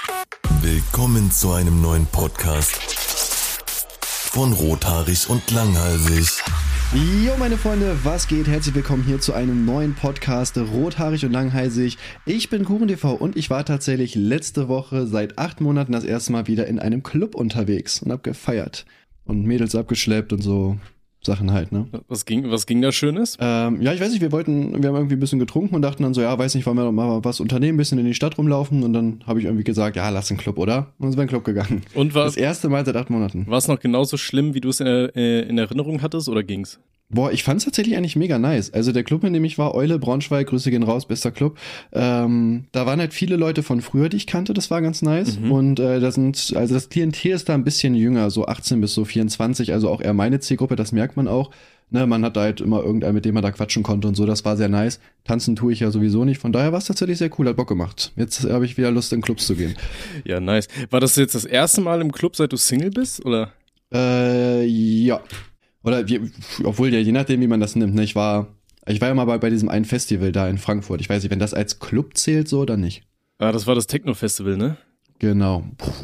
Willkommen zu einem neuen Podcast von Rothaarig und Langhalsig. Jo, meine Freunde, was geht? Herzlich willkommen hier zu einem neuen Podcast Rothaarig und Langhalsig. Ich bin KuchenTV und ich war tatsächlich letzte Woche seit 8 Monaten das erste Mal wieder in einem Club unterwegs und hab gefeiert und Mädels abgeschleppt und so Sachen halt, ne? Was ging da Schönes? Ja, ich weiß nicht, wir haben irgendwie ein bisschen getrunken und dachten dann so, ja, weiß nicht, wollen wir mal was unternehmen, ein bisschen in die Stadt rumlaufen und dann habe ich irgendwie gesagt, ja, lass einen Club, oder? Und sind wir in den Club gegangen. Und das erste Mal seit 8 Monaten. War es noch genauso schlimm, wie du es in Erinnerung hattest, oder ging's? Boah, ich fand's tatsächlich eigentlich mega nice. Also der Club, in dem ich war, Eule, Braunschweig, Grüße gehen raus, bester Club. Da waren halt viele Leute von früher, die ich kannte, das war ganz nice. Und das Klientel ist da ein bisschen jünger, so 18 bis so 24, also auch eher meine Zielgruppe, das merkt man auch. Ne, man hat da halt immer irgendeinen, mit dem man da quatschen konnte und so, das war sehr nice. Tanzen tue ich ja sowieso nicht, von daher war es tatsächlich sehr cool, hat Bock gemacht. Jetzt habe ich wieder Lust, in Clubs zu gehen. Ja, nice. War das jetzt das erste Mal im Club, seit du Single bist, oder? Ja. Oder obwohl, ja, je nachdem, wie man das nimmt, ne, ich war ja mal bei diesem einen Festival da in Frankfurt. Ich weiß nicht, wenn das als Club zählt, so oder nicht. Ah, das war das Techno-Festival, ne? Genau.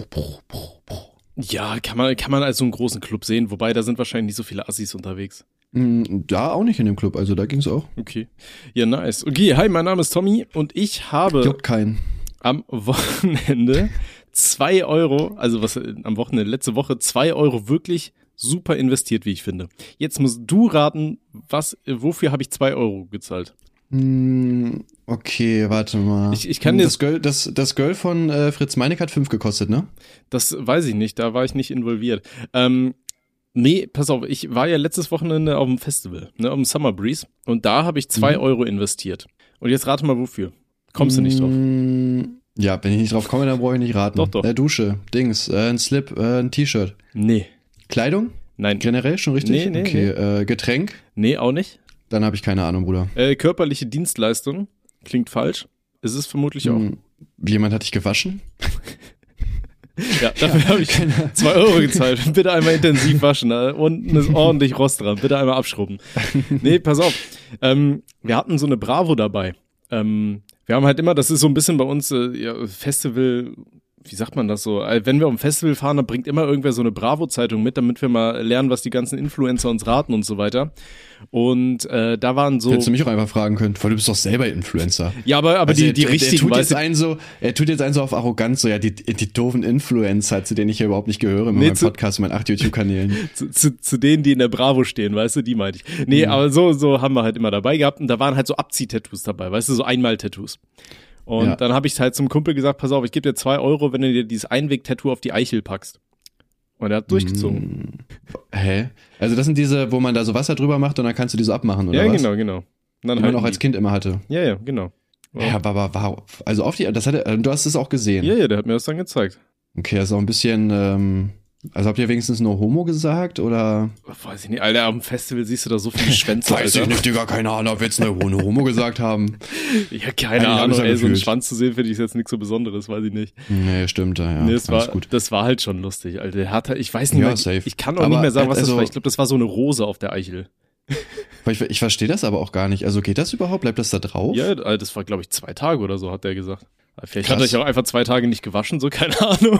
Ja, kann man als so einen großen Club sehen, wobei da sind wahrscheinlich nicht so viele Assis unterwegs. Da auch nicht in dem Club, also da ging's auch. Okay. Ja, nice. Okay, hi, mein Name ist Tommy und ich habe Juckt keinen. am Wochenende 2 Euro, also am Wochenende, letzte Woche 2 Euro wirklich super investiert, wie ich finde. Jetzt musst du raten, wofür habe ich 2 Euro gezahlt? Okay, warte mal. Ich kann das Girl von Fritz Meinecke hat 5 gekostet, ne? Das weiß ich nicht, da war ich nicht involviert. Nee, pass auf, ich war ja letztes Wochenende auf dem Festival, ne, auf dem Summer Breeze, und da habe ich 2 Euro investiert. Und jetzt rate mal wofür. Kommst du nicht drauf? Ja, wenn ich nicht drauf komme, dann brauche ich nicht raten. Doch. Dusche, Dings, ein Slip, ein T-Shirt. Nee. Kleidung? Nein. Generell schon richtig? Nee. Okay, Getränk? Nee, auch nicht. Dann habe ich keine Ahnung, Bruder. Körperliche Dienstleistung. Klingt falsch. Ist es vermutlich auch. Jemand hat dich gewaschen? Ja, dafür habe ich 2 Euro gezahlt. Bitte einmal intensiv waschen. Unten ist ordentlich Rost dran. Bitte einmal abschrubben. Nee, pass auf. Wir hatten so eine Bravo dabei. Wir haben halt immer, das ist so ein bisschen bei uns Festival, wie sagt man das so? Wenn wir auf ein Festival fahren, dann bringt immer irgendwer so eine Bravo-Zeitung mit, damit wir mal lernen, was die ganzen Influencer uns raten und so weiter. Und da waren so... Hättest du mich auch einfach fragen können, weil du bist doch selber Influencer. Ja, aber also die richtigen... Er tut jetzt einen so auf Arroganz, so ja, die doofen Influencer, zu denen ich ja überhaupt nicht gehöre mit meinem Podcast und meinen 8 YouTube-Kanälen. Zu denen, die in der Bravo stehen, weißt du, die meinte ich. Nee, aber so haben wir halt immer dabei gehabt und da waren halt so Abzieh-Tattoos dabei, weißt du, so Einmal-Tattoos. Und dann habe ich halt zum Kumpel gesagt, pass auf, ich gebe dir 2 Euro, wenn du dir dieses Einweg-Tattoo auf die Eichel packst. Und er hat durchgezogen. Hä? Also das sind diese, wo man da so Wasser drüber macht und dann kannst du die so abmachen, oder was? Ja, genau. Die man auch als Kind immer hatte. Ja, genau. Ja, aber wow. Also du hast es auch gesehen. Ja, der hat mir das dann gezeigt. Okay, das ist auch ein bisschen, also habt ihr wenigstens nur Homo gesagt, oder? Weiß ich nicht, Alter, am Festival siehst du da so viele Schwänze, Weiß ich nicht, Digga, keine Ahnung, ob wir jetzt eine Homo gesagt haben. Ja, keine Ahnung, so einen Schwanz zu sehen, finde ich jetzt nichts so Besonderes, weiß ich nicht. Nee, stimmt, ja. Nee, das war halt schon lustig, Alter. Der hat, ich weiß nicht mehr, safe. Ich kann auch nicht mehr sagen, was das war. Ich glaube, das war so eine Rose auf der Eichel. Ich verstehe das aber auch gar nicht. Also geht das überhaupt? Bleibt das da drauf? Ja, das war, glaube ich, 2 Tage oder so, hat der gesagt. Vielleicht hat er sich auch einfach 2 Tage nicht gewaschen, so, keine Ahnung.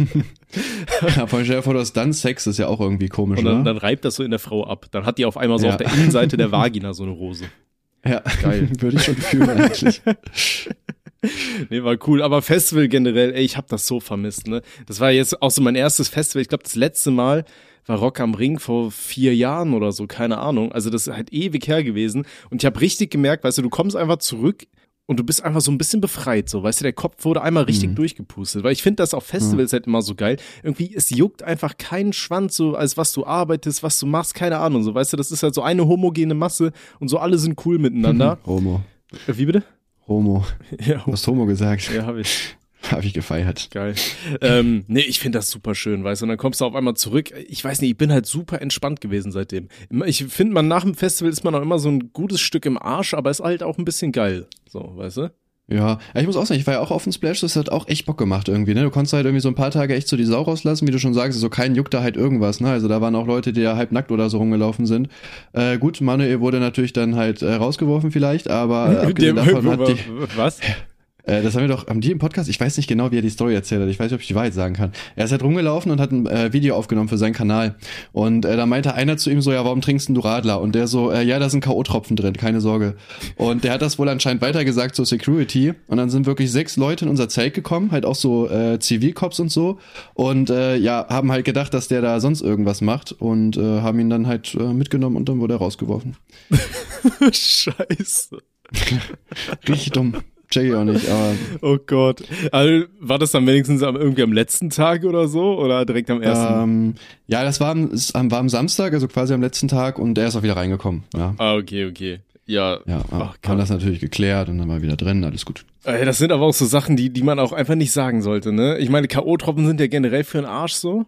Ja, von stell dir vor, du hast dann Sex, das ist ja auch irgendwie komisch, und dann reibt das so in der Frau ab. Dann hat die auf einmal so auf der Innenseite der Vagina so eine Rose. Ja, geil. Würde ich schon fühlen eigentlich. Nee, war cool. Aber Festival generell, ey, ich hab das so vermisst, ne. Das war jetzt auch so mein erstes Festival. Ich glaube, das letzte Mal war Rock am Ring vor 4 Jahren oder so, keine Ahnung. Also das ist halt ewig her gewesen. Und ich habe richtig gemerkt, weißt du, du kommst einfach zurück und du bist einfach so ein bisschen befreit, so, weißt du, der Kopf wurde einmal richtig durchgepustet, weil ich finde das auf Festivals halt immer so geil, irgendwie, es juckt einfach keinen Schwanz, so, als was du arbeitest, was du machst, keine Ahnung, so, weißt du, das ist halt so eine homogene Masse und so alle sind cool miteinander. Homo. Wie bitte? Homo. Ja, du hast Homo gesagt. Ja, hab ich. Hab ich gefeiert. Geil. Nee, ich finde das super schön, weißt du, und dann kommst du auf einmal zurück. Ich weiß nicht, ich bin halt super entspannt gewesen seitdem. Ich finde, man nach dem Festival ist man auch immer so ein gutes Stück im Arsch, aber ist halt auch ein bisschen geil. So, weißt du? Ja, ich muss auch sagen, ich war ja auch auf dem Splash, das hat auch echt Bock gemacht irgendwie, ne? Du konntest halt irgendwie so ein paar Tage echt so die Sau rauslassen, wie du schon sagst, so kein Juck da halt irgendwas, ne? Also da waren auch Leute, die ja halb nackt oder so rumgelaufen sind. Gut, Manuel wurde natürlich dann halt rausgeworfen vielleicht, aber abgesehen davon hat die... Was? Das haben die im Podcast, ich weiß nicht genau, wie er die Story erzählt hat, ich weiß nicht, ob ich die Wahrheit sagen kann. Er ist halt rumgelaufen und hat ein Video aufgenommen für seinen Kanal. Und da meinte einer zu ihm so, ja, warum trinkst denn du Radler? Und der so, ja, da sind K.O.-Tropfen drin, keine Sorge. Und der hat das wohl anscheinend weitergesagt zur Security. Und dann sind wirklich 6 Leute in unser Zelt gekommen, halt auch so Zivilcops und so. Und haben halt gedacht, dass der da sonst irgendwas macht. Und haben ihn dann halt mitgenommen und dann wurde er rausgeworfen. Scheiße. Richtig dumm. Check ich auch nicht, aber. Oh Gott. Also, war das dann wenigstens irgendwie am letzten Tag oder so? Oder direkt am ersten? Ja, das war am Samstag, also quasi am letzten Tag und der ist auch wieder reingekommen. Ja. Ah, okay. Ja. Haben das natürlich geklärt und dann war wieder drin, alles gut. Das sind aber auch so Sachen, die man auch einfach nicht sagen sollte, ne? Ich meine, K.O.-Tropfen sind ja generell für den Arsch so.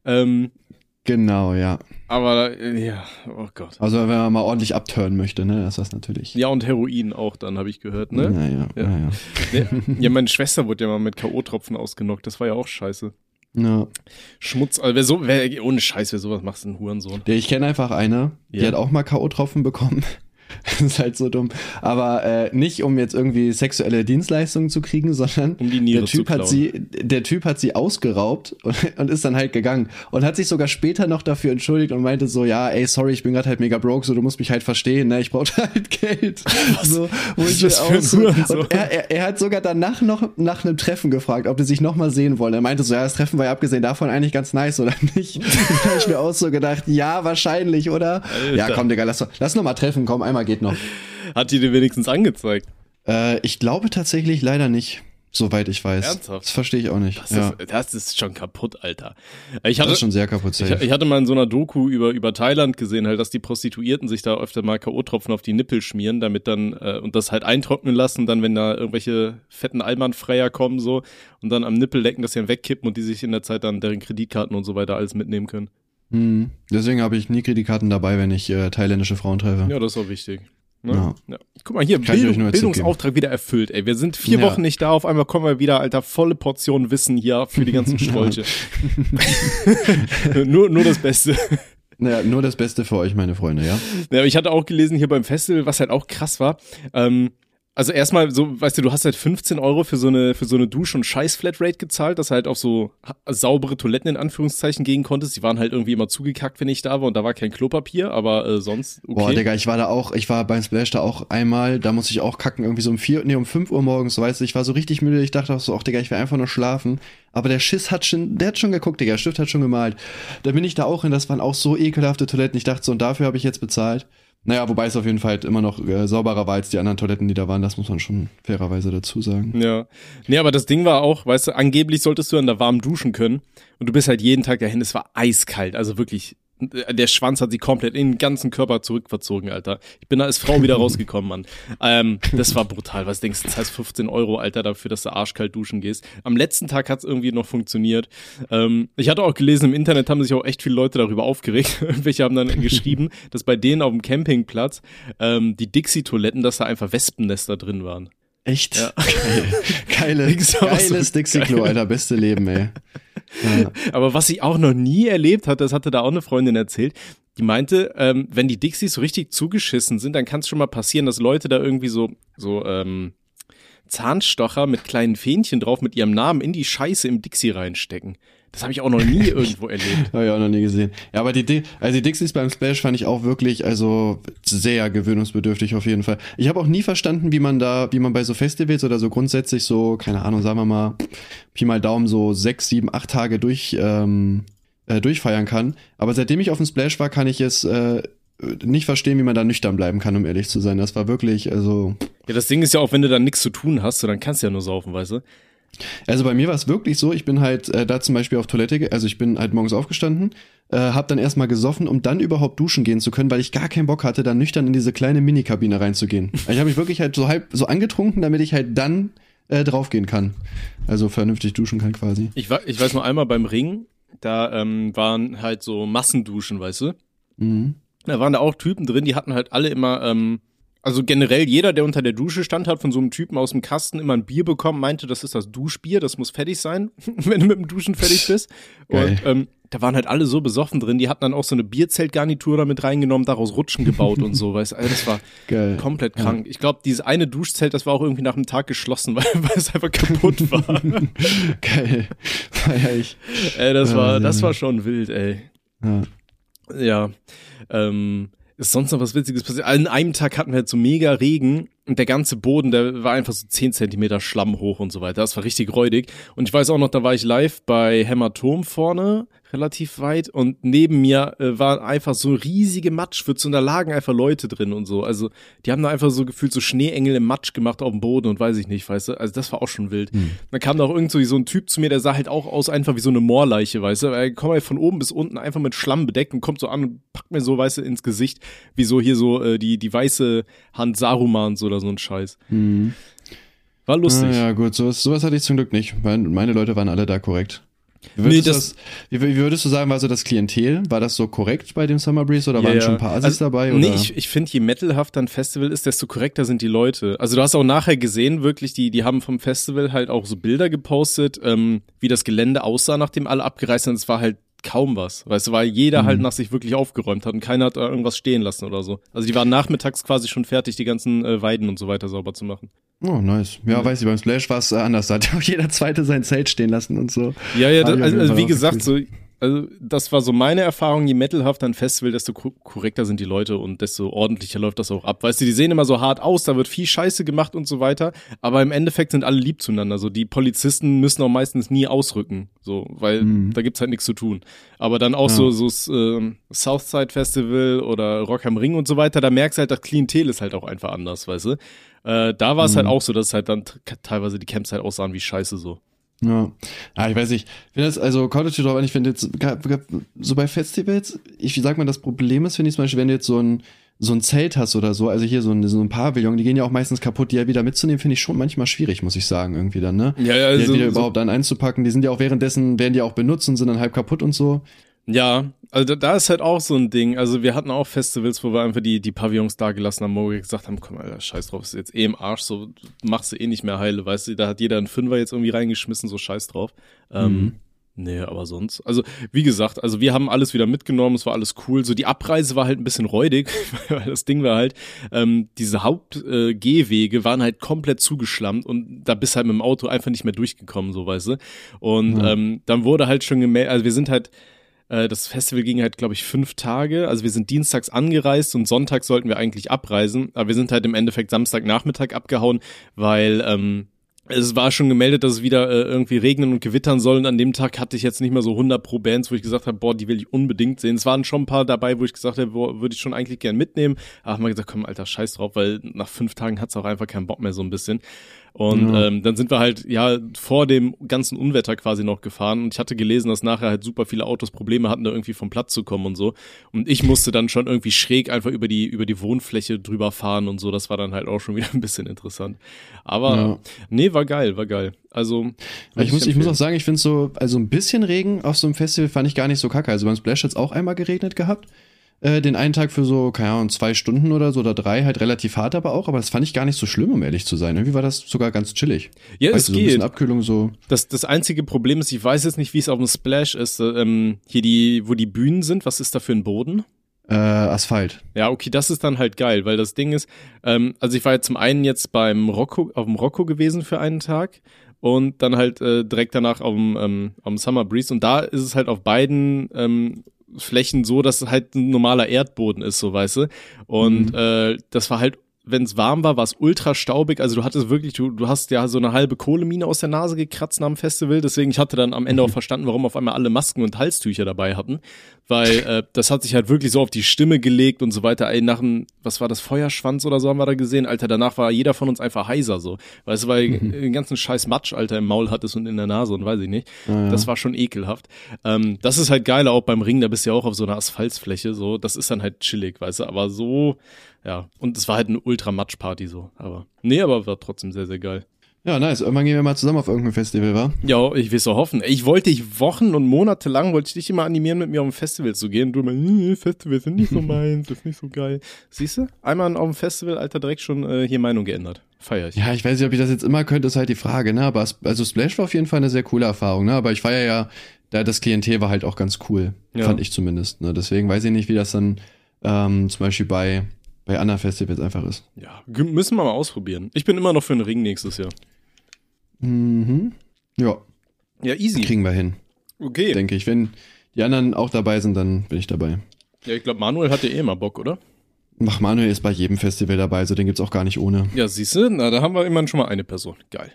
Genau, ja. Aber, ja, oh Gott. Also, wenn man mal ordentlich abturnen möchte, ne, ist das natürlich. Ja, und Heroin auch dann, habe ich gehört, ne? Naja. Ja, meine Schwester wurde ja mal mit K.O.-Tropfen ausgenockt, das war ja auch scheiße. Ja. Schmutz, also ohne Scheiß, wer sowas macht, ist ein Hurensohn. Ich kenne einfach eine, die hat auch mal K.O.-Tropfen bekommen. Das ist halt so dumm. Aber nicht, um jetzt irgendwie sexuelle Dienstleistungen zu kriegen, sondern um die Niere zu klauen. Der Typ hat sie ausgeraubt und ist dann halt gegangen. Und hat sich sogar später noch dafür entschuldigt und meinte so, ja, ey, sorry, ich bin gerade halt mega broke, so, du musst mich halt verstehen, ne, ich brauche halt Geld. So, wo ich das für so. Und er hat sogar danach noch nach einem Treffen gefragt, ob die sich nochmal sehen wollen. Er meinte so, ja, das Treffen war ja abgesehen davon eigentlich ganz nice, oder nicht? Da habe ich mir auch so gedacht, ja, wahrscheinlich, oder? Alter. Ja, komm, Digga, lass noch mal treffen, komm, einmal geht noch. Hat die dir wenigstens angezeigt? Ich glaube tatsächlich leider nicht, soweit ich weiß. Ernsthaft? Das verstehe ich auch nicht. Das ist schon kaputt, Alter. Das ist schon sehr kaputt. Ich hatte mal in so einer Doku über Thailand gesehen, halt, dass die Prostituierten sich da öfter mal K.O.-Tropfen auf die Nippel schmieren, damit dann, und das halt eintrocknen lassen, dann, wenn da irgendwelche fetten Allmannfreier kommen, so, und dann am Nippel lecken, dass sie dann wegkippen und die sich in der Zeit dann deren Kreditkarten und so weiter alles mitnehmen können. Deswegen habe ich nie Kreditkarten dabei, wenn ich thailändische Frauen treffe. Ja, das ist auch wichtig. Ne? Ja. Guck mal hier, Bildungsauftrag wieder erfüllt, ey. Wir sind 4 Wochen nicht da, auf einmal kommen wir wieder, Alter, volle Portion Wissen hier für die ganzen Strolche. nur das Beste. Naja, nur das Beste für euch, meine Freunde, ja? Ja, aber ich hatte auch gelesen hier beim Festival, was halt auch krass war, also erstmal so, weißt du hast halt 15 € für so eine Dusch- und Scheiß-Flatrate gezahlt, dass du halt auf so saubere Toiletten in Anführungszeichen gehen konntest. Die waren halt irgendwie immer zugekackt, wenn ich da war und da war kein Klopapier, aber sonst okay. Boah, Digga, ich war beim Splash da auch einmal, da musste ich auch kacken, irgendwie so um 5 Uhr morgens, weißt du, ich war so richtig müde, ich dachte auch so, ach Digga, ich will einfach nur schlafen. Aber der hat schon geguckt, Digga, der Stift hat schon gemalt. Da bin ich da auch hin, das waren auch so ekelhafte Toiletten, ich dachte so, und dafür habe ich jetzt bezahlt. Naja, wobei es auf jeden Fall halt immer noch sauberer war als die anderen Toiletten, die da waren, das muss man schon fairerweise dazu sagen. Ja. Nee, aber das Ding war auch, weißt du, angeblich solltest du dann da warm duschen können und du bist halt jeden Tag dahin, es war eiskalt, also wirklich, der Schwanz hat sie komplett in den ganzen Körper zurückverzogen, Alter. Ich bin da als Frau wieder rausgekommen, Mann. Das war brutal, was denkst du, das heißt 15 €, Alter, dafür, dass du arschkalt duschen gehst. Am letzten Tag hat's irgendwie noch funktioniert. Ich hatte auch gelesen, im Internet haben sich auch echt viele Leute darüber aufgeregt. Irgendwelche haben dann geschrieben, dass bei denen auf dem Campingplatz die Dixie-Toiletten, dass da einfach Wespennester drin waren. Echt? Ja. Geiles Dixie-Klo, Alter, beste Leben, ey. Ja. Aber was ich auch noch nie erlebt hatte, das hatte da auch eine Freundin erzählt, die meinte, wenn die Dixies so richtig zugeschissen sind, dann kann es schon mal passieren, dass Leute da irgendwie so Zahnstocher mit kleinen Fähnchen drauf mit ihrem Namen in die Scheiße im Dixie reinstecken. Das habe ich auch noch nie irgendwo erlebt. Habe ich auch noch nie gesehen. Ja, aber die Dixies beim Splash fand ich auch wirklich, also sehr gewöhnungsbedürftig auf jeden Fall. Ich habe auch nie verstanden, wie man bei so Festivals oder so grundsätzlich so, keine Ahnung, sagen wir mal, Pi mal Daumen so 6, 7, 8 Tage durchfeiern kann. Aber seitdem ich auf dem Splash war, kann ich es nicht verstehen, wie man da nüchtern bleiben kann, um ehrlich zu sein. Das war wirklich, also... Ja, das Ding ist ja auch, wenn du da nichts zu tun hast, so, dann kannst du ja nur saufen, weißt du? Also bei mir war es wirklich so, ich bin halt da zum Beispiel auf Toilette, also ich bin halt morgens aufgestanden, hab dann erstmal gesoffen, um dann überhaupt duschen gehen zu können, weil ich gar keinen Bock hatte, dann nüchtern in diese kleine Minikabine reinzugehen. Ich habe mich wirklich halt so angetrunken, damit ich halt dann draufgehen kann. Also vernünftig duschen kann quasi. Ich weiß nur einmal beim Ring, da waren halt so Massenduschen, weißt du? Mhm. Da waren da auch Typen drin, die hatten halt alle immer Also generell jeder, der unter der Dusche stand, hat von so einem Typen aus dem Kasten immer ein Bier bekommen, meinte, das ist das Duschbier, das muss fertig sein, wenn du mit dem Duschen fertig bist. Geil. Und da waren halt alle so besoffen drin, die hatten dann auch so eine Bierzeltgarnitur da mit reingenommen, daraus Rutschen gebaut und so, weißt du, also das war Geil. komplett krank. Ich glaube, dieses eine Duschzelt, das war auch irgendwie nach einem Tag geschlossen, weil es einfach kaputt war. Geil. Feier ich. Ey, das war schon wild, ey. Ja. Ja, ist sonst noch was Witziges passiert? An einem Tag hatten wir halt so mega Regen und der ganze Boden, der war einfach so 10 Zentimeter Schlamm hoch und so weiter. Das war richtig räudig. Und ich weiß auch noch, da war ich live bei Hämatom vorne, relativ weit. Und neben mir war einfach so riesige Matschpfütze und da lagen einfach Leute drin und so. Also die haben da einfach so gefühlt so Schneeengel im Matsch gemacht auf dem Boden und weiß ich nicht, weißt du. Also das war auch schon wild. Dann kam da auch irgend so ein Typ zu mir, der sah halt auch aus einfach wie so eine Moorleiche, weißt du. Er kommt halt von oben bis unten einfach mit Schlamm bedeckt und kommt so an und packt mir so, weißt du, ins Gesicht, wie so hier so die weiße Hand Sarumans oder so ein Scheiß. War lustig. Ja, gut, sowas hatte ich zum Glück nicht. Meine Leute waren alle da korrekt. Wie würdest du sagen, war so das Klientel? War das so korrekt bei dem Summer Breeze oder waren schon ein paar Assis dabei? Oder? Nee, ich finde, je metalhafter ein Festival ist, desto korrekter sind die Leute. Also du hast auch nachher gesehen, wirklich, die haben vom Festival halt auch so Bilder gepostet, wie das Gelände aussah, nachdem alle abgereist sind. Es war halt kaum was, weißt du, weil jeder halt nach sich wirklich aufgeräumt hat und keiner hat da irgendwas stehen lassen oder so. Also die waren nachmittags quasi schon fertig, die ganzen Weiden und so weiter sauber zu machen. Oh, nice. Ja, weiß ich, beim Splash war es anders. Da hat auch jeder Zweite sein Zelt stehen lassen und so. Ja, also wie gesagt, also das war so meine Erfahrung, je metalhafter ein Festival, desto korrekter sind die Leute und desto ordentlicher läuft das auch ab. Weißt du, die sehen immer so hart aus, da wird viel Scheiße gemacht und so weiter, aber im Endeffekt sind alle lieb zueinander. So, die Polizisten müssen auch meistens nie ausrücken, so, weil da gibt's halt nichts zu tun. Aber dann auch so Southside Festival oder Rock am Ring und so weiter, da merkst du halt, das Klientel ist halt auch einfach anders, weißt du. Da war es halt auch so, dass halt dann teilweise die Camps halt aussahen wie Scheiße so. Ja, ich weiß nicht. Ich finde das, also Cottage Drop, ich finde jetzt, so bei Festivals, ich sag mal, das Problem ist, finde ich zum Beispiel, wenn du jetzt so ein Zelt hast oder so, also hier so ein Pavillon, die gehen ja auch meistens kaputt, die ja wieder mitzunehmen, finde ich schon manchmal schwierig, muss ich sagen, irgendwie dann, ne? Ja, also die wieder überhaupt dann einzupacken, die sind ja auch währenddessen, werden die auch benutzt und sind dann halb kaputt und so. Ja, also da ist halt auch so ein Ding. Also wir hatten auch Festivals, wo wir einfach die Pavillons da gelassen haben, wo wir gesagt haben, komm, Alter, scheiß drauf, ist jetzt im Arsch, so machst du nicht mehr heile, weißt du, da hat jeder einen Fünfer jetzt irgendwie reingeschmissen, so scheiß drauf. Nee, aber sonst, also wie gesagt, also wir haben alles wieder mitgenommen, es war alles cool. So die Abreise war halt ein bisschen räudig, weil das Ding war halt, diese Hauptgehwege waren halt komplett zugeschlammt und da bist halt mit dem Auto einfach nicht mehr durchgekommen, so weißt du. Und dann wurde halt schon gemeldet, also wir sind halt, das Festival ging halt, glaube ich, 5 Tage. Also wir sind dienstags angereist und sonntags sollten wir eigentlich abreisen. Aber wir sind halt im Endeffekt Samstagnachmittag abgehauen, weil es war schon gemeldet, dass es wieder irgendwie regnen und gewittern soll. Und an dem Tag hatte ich jetzt nicht mehr so 100 pro Bands, wo ich gesagt habe, boah, die will ich unbedingt sehen. Es waren schon ein paar dabei, wo ich gesagt habe, boah, würde ich schon eigentlich gern mitnehmen. Aber haben wir gesagt, komm, Alter, scheiß drauf, weil nach 5 Tagen hat's auch einfach keinen Bock mehr so ein bisschen. Und dann sind wir halt vor dem ganzen Unwetter quasi noch gefahren und ich hatte gelesen, dass nachher halt super viele Autos Probleme hatten, da irgendwie vom Platz zu kommen und so. Und ich musste dann schon irgendwie schräg einfach über die Wohnfläche drüber fahren und so. Das war dann halt auch schon wieder ein bisschen interessant. Aber nee, war geil. Also ich muss auch sagen, ich finde so, also ein bisschen Regen auf so einem Festival fand ich gar nicht so kacke. Also beim Splash hat's auch einmal geregnet gehabt. Den einen Tag für so, keine Ahnung, 2 Stunden oder so oder 3, halt relativ hart aber das fand ich gar nicht so schlimm, um ehrlich zu sein. Irgendwie war das sogar ganz chillig. Ja, weißt es du, so geht. ein bisschen Abkühlung so. Das einzige Problem ist, ich weiß jetzt nicht, wie es auf dem Splash ist, hier wo die Bühnen sind, was ist da für ein Boden? Asphalt. Ja, okay, das ist dann halt geil, weil das Ding ist, also ich war jetzt zum einen jetzt auf dem Rocco gewesen für einen Tag und dann halt direkt danach auf dem Summer Breeze und da ist es halt auf beiden Flächen so, dass es halt ein normaler Erdboden ist, so weißt du. Und das war halt, wenn es warm war es ultra staubig. Also du hattest wirklich, du hast ja so eine halbe Kohlemine aus der Nase gekratzt nach dem Festival. Deswegen, ich hatte dann am Ende auch verstanden, warum auf einmal alle Masken und Halstücher dabei hatten. Weil das hat sich halt wirklich so auf die Stimme gelegt und so weiter. Ey, was war das, Feuerschwanz oder so haben wir da gesehen? Alter, danach war jeder von uns einfach heiser so. Weißt du, weil den ganzen scheiß Matsch, Alter, im Maul hattest und in der Nase und weiß ich nicht. Das war schon ekelhaft. Das ist halt geil, auch beim Ring, da bist du ja auch auf so einer Asphaltfläche so. Das ist dann halt chillig, weißt du. Aber so, ja. Und es war halt eine Ultra-Matsch-Party so. Aber war trotzdem sehr, sehr geil. Ja, nice. Irgendwann gehen wir mal zusammen auf irgendein Festival, wa? Ja, ich will so hoffen. Ich wollte dich Wochen und Monate lang, wollte ich dich immer animieren, mit mir auf ein Festival zu gehen. Du immer, Festivals sind nicht so meins, das ist nicht so geil. Siehst du? Einmal auf dem Festival, Alter, direkt schon hier Meinung geändert. Feier ich. Ja, ich weiß nicht, ob ich das jetzt immer könnte, ist halt die Frage, ne? Aber also Splash war auf jeden Fall eine sehr coole Erfahrung, ne? Aber ich feiere ja, das Klientel war halt auch ganz cool. Ja. Fand ich zumindest, ne? Deswegen weiß ich nicht, wie das dann zum Beispiel bei anderen Festivals einfach ist. Ja, müssen wir mal ausprobieren. Ich bin immer noch für einen Ring nächstes Jahr. Mhm. Ja. Ja, easy. Kriegen wir hin. Okay. Denke ich. Wenn die anderen auch dabei sind, dann bin ich dabei. Ja, ich glaube, Manuel hat ja eh immer Bock, oder? Ach, Manuel ist bei jedem Festival dabei, so den gibt's auch gar nicht ohne. Ja, siehst du, na, da haben wir immerhin schon mal eine Person. Geil.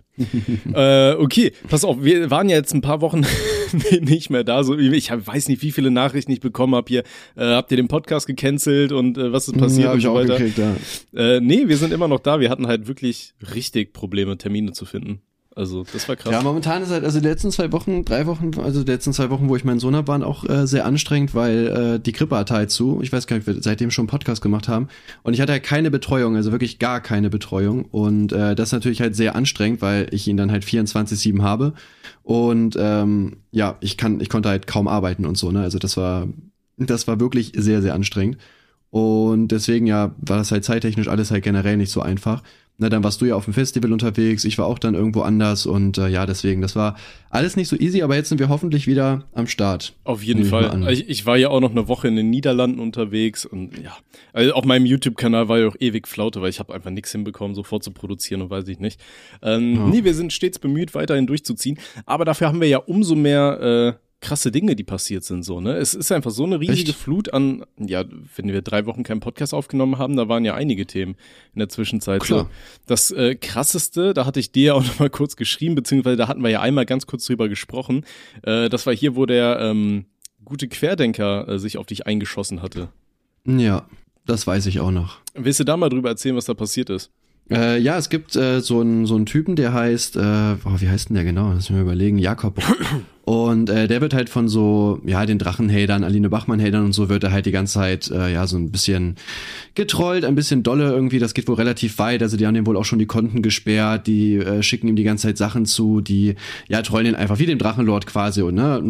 Okay, pass auf, wir waren ja jetzt ein paar Wochen nicht mehr da. So, ich weiß nicht, wie viele Nachrichten ich bekommen habe hier. Habt ihr den Podcast gecancelt und was ist passiert? Ja, hab ich auch gekriegt, ja. Nee, wir sind immer noch da. Wir hatten halt wirklich richtig Probleme, Termine zu finden. Also, das war krass. Ja, momentan ist halt, also die letzten 3 Wochen, also die letzten 2 Wochen, wo ich meinen Sohn habe, waren auch sehr anstrengend, weil die Grippe hatte halt zu. Ich weiß gar nicht, ob wir seitdem schon einen Podcast gemacht haben. Und ich hatte halt keine Betreuung, also wirklich gar keine Betreuung. Und das ist natürlich halt sehr anstrengend, weil ich ihn dann halt 24/7 habe. Und ja, ich konnte halt kaum arbeiten und so, ne? Also das war wirklich sehr, sehr anstrengend. Und deswegen, ja, war das halt zeittechnisch alles halt generell nicht so einfach. Na, dann warst du ja auf dem Festival unterwegs, ich war auch dann irgendwo anders und ja, deswegen, das war alles nicht so easy, aber jetzt sind wir hoffentlich wieder am Start. Auf jeden Fall. Ich war ja auch noch eine Woche in den Niederlanden unterwegs und ja, also auf meinem YouTube-Kanal war ja auch ewig Flaute, weil ich habe einfach nichts hinbekommen, sofort zu produzieren und weiß ich nicht. Nee, wir sind stets bemüht, weiterhin durchzuziehen, aber dafür haben wir ja umso mehr krasse Dinge, die passiert sind, so, ne? Es ist einfach so eine riesige Flut an, ja, wenn wir 3 Wochen keinen Podcast aufgenommen haben, da waren ja einige Themen in der Zwischenzeit. Klar. So. Das Krasseste, da hatte ich dir ja auch noch mal kurz geschrieben, beziehungsweise da hatten wir ja einmal ganz kurz drüber gesprochen, das war hier, wo der gute Querdenker sich auf dich eingeschossen hatte. Ja, das weiß ich auch noch. Willst du da mal drüber erzählen, was da passiert ist? Ja, es gibt so einen Typen, der heißt, wie heißt denn der genau? Lass mich mal überlegen, Jakob. Und der wird halt von so, ja, den Drachenhatern, Aline Bachmann-Hatern und so wird er halt die ganze Zeit, ja, so ein bisschen getrollt, ein bisschen dolle irgendwie. Das geht wohl relativ weit. Also die haben dem wohl auch schon die Konten gesperrt, die schicken ihm die ganze Zeit Sachen zu, die, ja, trollen ihn einfach wie dem Drachenlord quasi und ne,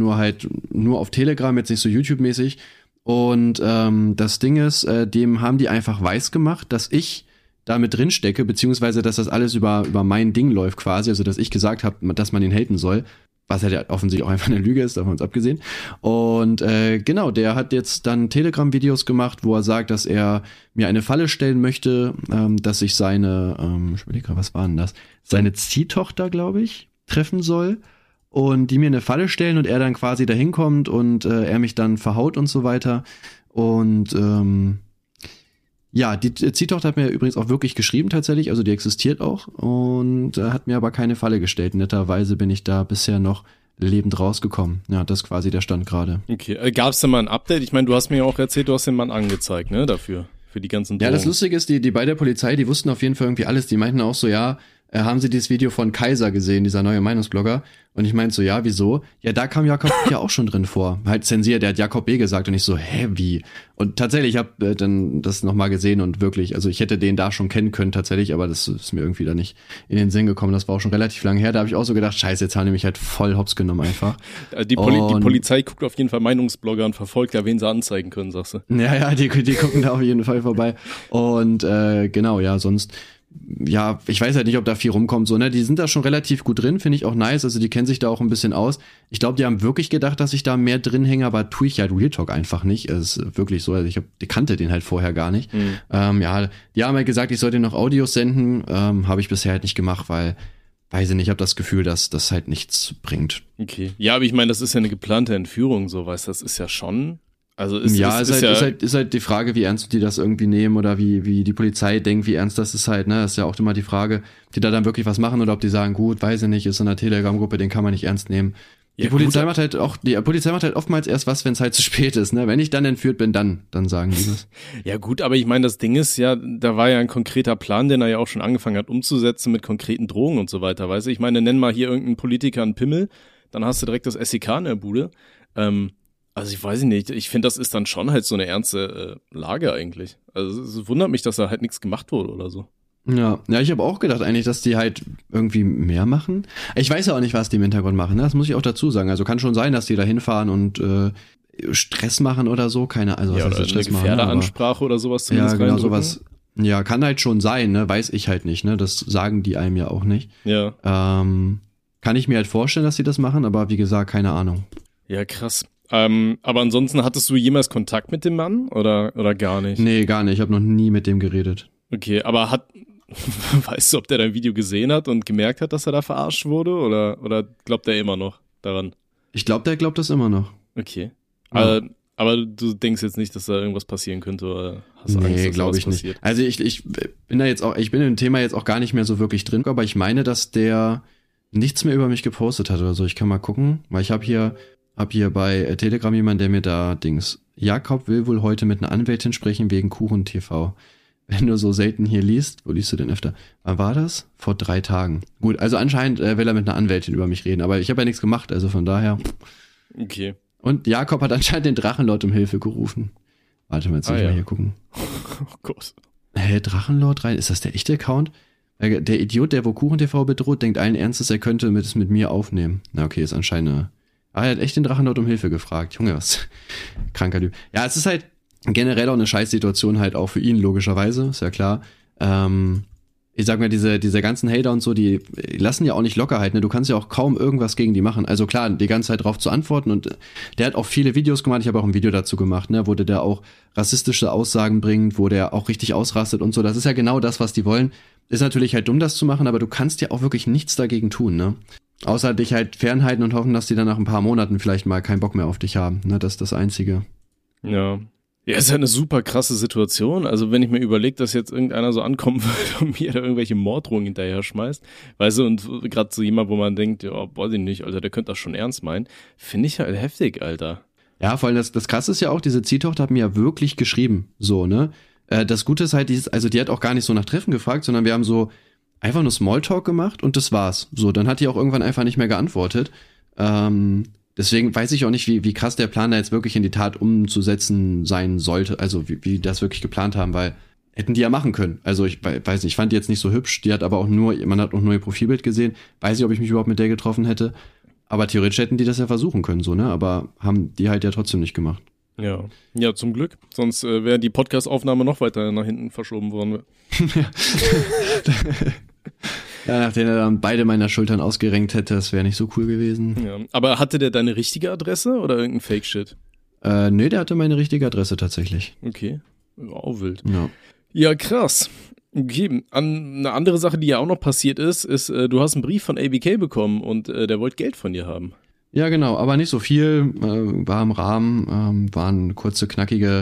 nur auf Telegram, jetzt nicht so YouTube-mäßig. Und das Ding ist, dem haben die einfach weiß gemacht, dass ich da mit drin stecke, beziehungsweise dass das alles über mein Ding läuft quasi, also dass ich gesagt habe, dass man ihn haten soll, was halt ja offensichtlich auch einfach eine Lüge ist, davon uns abgesehen. Und genau, der hat jetzt dann Telegram-Videos gemacht, wo er sagt, dass er mir eine Falle stellen möchte, dass ich seine, ich überlege gerade, was war denn das? Seine Ziehtochter, glaube ich, treffen soll und die mir eine Falle stellen und er dann quasi dahin kommt und er mich dann verhaut und so weiter. Und ja, die Ziehtochter hat mir übrigens auch wirklich geschrieben tatsächlich, also die existiert auch und hat mir aber keine Falle gestellt. Netterweise bin ich da bisher noch lebend rausgekommen. Ja, das ist quasi der Stand gerade. Okay, gab es denn mal ein Update? Ich meine, du hast mir ja auch erzählt, du hast den Mann angezeigt, ne, dafür, für die ganzen Drohungen. Ja, das Lustige ist, die bei der Polizei, die wussten auf jeden Fall irgendwie alles. Die meinten auch so, ja, haben Sie dieses Video von Kaiser gesehen, dieser neue Meinungsblogger? Und ich meinte so, ja, wieso? Ja, da kam Jakob ja auch schon drin vor. Halt zensiert, der hat Jakob B. gesagt und ich so, wie? Und tatsächlich, ich habe dann das nochmal gesehen und wirklich, also ich hätte den da schon kennen können tatsächlich, aber das ist mir irgendwie da nicht in den Sinn gekommen. Das war auch schon relativ lange her. Da habe ich auch so gedacht, scheiße, jetzt haben die mich halt voll hops genommen einfach. Die Polizei guckt auf jeden Fall Meinungsblogger und verfolgt ja, wen sie anzeigen können, sagst du. Ja, die gucken da auf jeden Fall vorbei. Und genau, ja, sonst ja, ich weiß halt nicht, ob da viel rumkommt, so, ne, die sind da schon relativ gut drin, finde ich auch nice, also die kennen sich da auch ein bisschen aus. Ich glaube, die haben wirklich gedacht, dass ich da mehr drin hänge, aber tue ich halt Real Talk einfach nicht, es ist wirklich so, also ich kannte den halt vorher gar nicht. Ja, die haben halt gesagt, ich sollte noch Audios senden, habe ich bisher halt nicht gemacht, weil, weiß ich nicht, ich habe das Gefühl, dass das halt nichts bringt. Okay, ja, aber ich meine, das ist ja eine geplante Entführung, so, weißt du, das ist ja schon... Also ist halt die Frage, wie ernst die das irgendwie nehmen oder wie die Polizei denkt, wie ernst das ist halt, ne? Das ist ja auch immer die Frage, ob die da dann wirklich was machen oder ob die sagen, gut, weiß ich nicht, ist in einer Telegram-Gruppe, den kann man nicht ernst nehmen. Die Polizei macht halt oftmals erst was, wenn es halt zu spät ist, ne? Wenn ich dann entführt bin, dann sagen die das. Ja gut, aber ich meine, das Ding ist ja, da war ja ein konkreter Plan, den er ja auch schon angefangen hat umzusetzen mit konkreten Drohungen und so weiter, weißt du? Ich meine, nenn mal hier irgendeinen Politiker einen Pimmel, dann hast du direkt das SEK in der Bude. Also ich weiß nicht, ich finde, das ist dann schon halt so eine ernste Lage eigentlich. Also es wundert mich, dass da halt nichts gemacht wurde oder so. Ja, ich habe auch gedacht eigentlich, dass die halt irgendwie mehr machen. Ich weiß ja auch nicht, was die im Hintergrund machen, ne? Das muss ich auch dazu sagen. Also kann schon sein, dass die da hinfahren und Stress machen oder so. Also was heißt Stress machen? Gefährderansprache oder sowas zumindest. Ja, genau, sowas. Ja, kann halt schon sein, ne? Weiß ich halt nicht, ne? Das sagen die einem ja auch nicht. Ja. Kann ich mir halt vorstellen, dass sie das machen, aber wie gesagt, keine Ahnung. Ja, krass. Aber ansonsten, hattest du jemals Kontakt mit dem Mann oder gar nicht? Nee, gar nicht. Ich habe noch nie mit dem geredet. Okay, aber weißt du, ob der dein Video gesehen hat und gemerkt hat, dass er da verarscht wurde? Oder glaubt er immer noch daran? Ich glaube, der glaubt das immer noch. Okay. Ja. Aber du denkst jetzt nicht, dass da irgendwas passieren könnte, oder hast du Angst, dass glaube ich passiert? Nicht. Also ich bin im Thema jetzt auch gar nicht mehr so wirklich drin, aber ich meine, dass der nichts mehr über mich gepostet hat oder so. Ich kann mal gucken, weil ich habe hier bei Telegram jemanden, der mir da Jakob will wohl heute mit einer Anwältin sprechen wegen Kuchen TV. Wenn du so selten hier liest, wo liest du denn öfter? Wann war das? Vor 3 Tagen. Gut, also anscheinend will er mit einer Anwältin über mich reden, aber ich habe ja nichts gemacht, also von daher. Okay. Und Jakob hat anscheinend den Drachenlord um Hilfe gerufen. Warte mal, jetzt muss ich mal hier gucken. Oh Gott. Drachenlord rein, ist das der echte Account? Der Idiot, der wo Kuchen TV bedroht, denkt allen Ernstes, er könnte es mit mir aufnehmen. Na okay, ist anscheinend er hat echt den Drachenlord um Hilfe gefragt. Junge, was kranker Typ. Ja, es ist halt generell auch eine Scheißsituation halt auch für ihn, logischerweise, ist ja klar. Ich sag mal, diese ganzen Hater und so, die lassen ja auch nicht locker halt, ne? Du kannst ja auch kaum irgendwas gegen die machen. Also klar, die ganze Zeit drauf zu antworten und der hat auch viele Videos gemacht, ich habe auch ein Video dazu gemacht, ne? Wo der auch rassistische Aussagen bringt, wo der auch richtig ausrastet und so. Das ist ja genau das, was die wollen. Ist natürlich halt dumm, das zu machen, aber du kannst ja auch wirklich nichts dagegen tun, ne? Außer dich halt fernhalten und hoffen, dass die dann nach ein paar Monaten vielleicht mal keinen Bock mehr auf dich haben, ne? Das ist das Einzige. Ja. Ja, ist ja eine super krasse Situation. Also wenn ich mir überlege, dass jetzt irgendeiner so ankommen würde und mir da irgendwelche Morddrohungen hinterher schmeißt, weißt du, und gerade so jemand, wo man denkt, ja, weiß ich nicht, Alter, der könnte das schon ernst meinen, finde ich halt heftig, Alter. Ja, vor allem das Krasse ist ja auch, diese Ziehtochter hat mir ja wirklich geschrieben, so, ne? Das Gute ist halt also die hat auch gar nicht so nach Treffen gefragt, sondern wir haben so einfach nur Smalltalk gemacht und das war's. So, dann hat die auch irgendwann einfach nicht mehr geantwortet. Deswegen weiß ich auch nicht, wie krass der Plan da jetzt wirklich in die Tat umzusetzen sein sollte. Also wie die das wirklich geplant haben, weil hätten die ja machen können. Also ich weiß nicht, ich fand die jetzt nicht so hübsch. Man hat auch nur ihr Profilbild gesehen. Weiß nicht, ob ich mich überhaupt mit der getroffen hätte. Aber theoretisch hätten die das ja versuchen können, so, ne? Aber haben die halt ja trotzdem nicht gemacht. Ja, zum Glück. Sonst wäre die Podcast-Aufnahme noch weiter nach hinten verschoben worden. Ja, nachdem er dann beide meiner Schultern ausgerenkt hätte, das wäre nicht so cool gewesen. Ja, aber hatte der deine richtige Adresse oder irgendein Fake-Shit? Nee, der hatte meine richtige Adresse tatsächlich. Okay, auch wild. Ja, krass. Okay, eine andere Sache, die ja auch noch passiert ist, du hast einen Brief von ABK bekommen und der wollte Geld von dir haben. Ja, genau, aber nicht so viel, war im Rahmen, waren kurze, knackige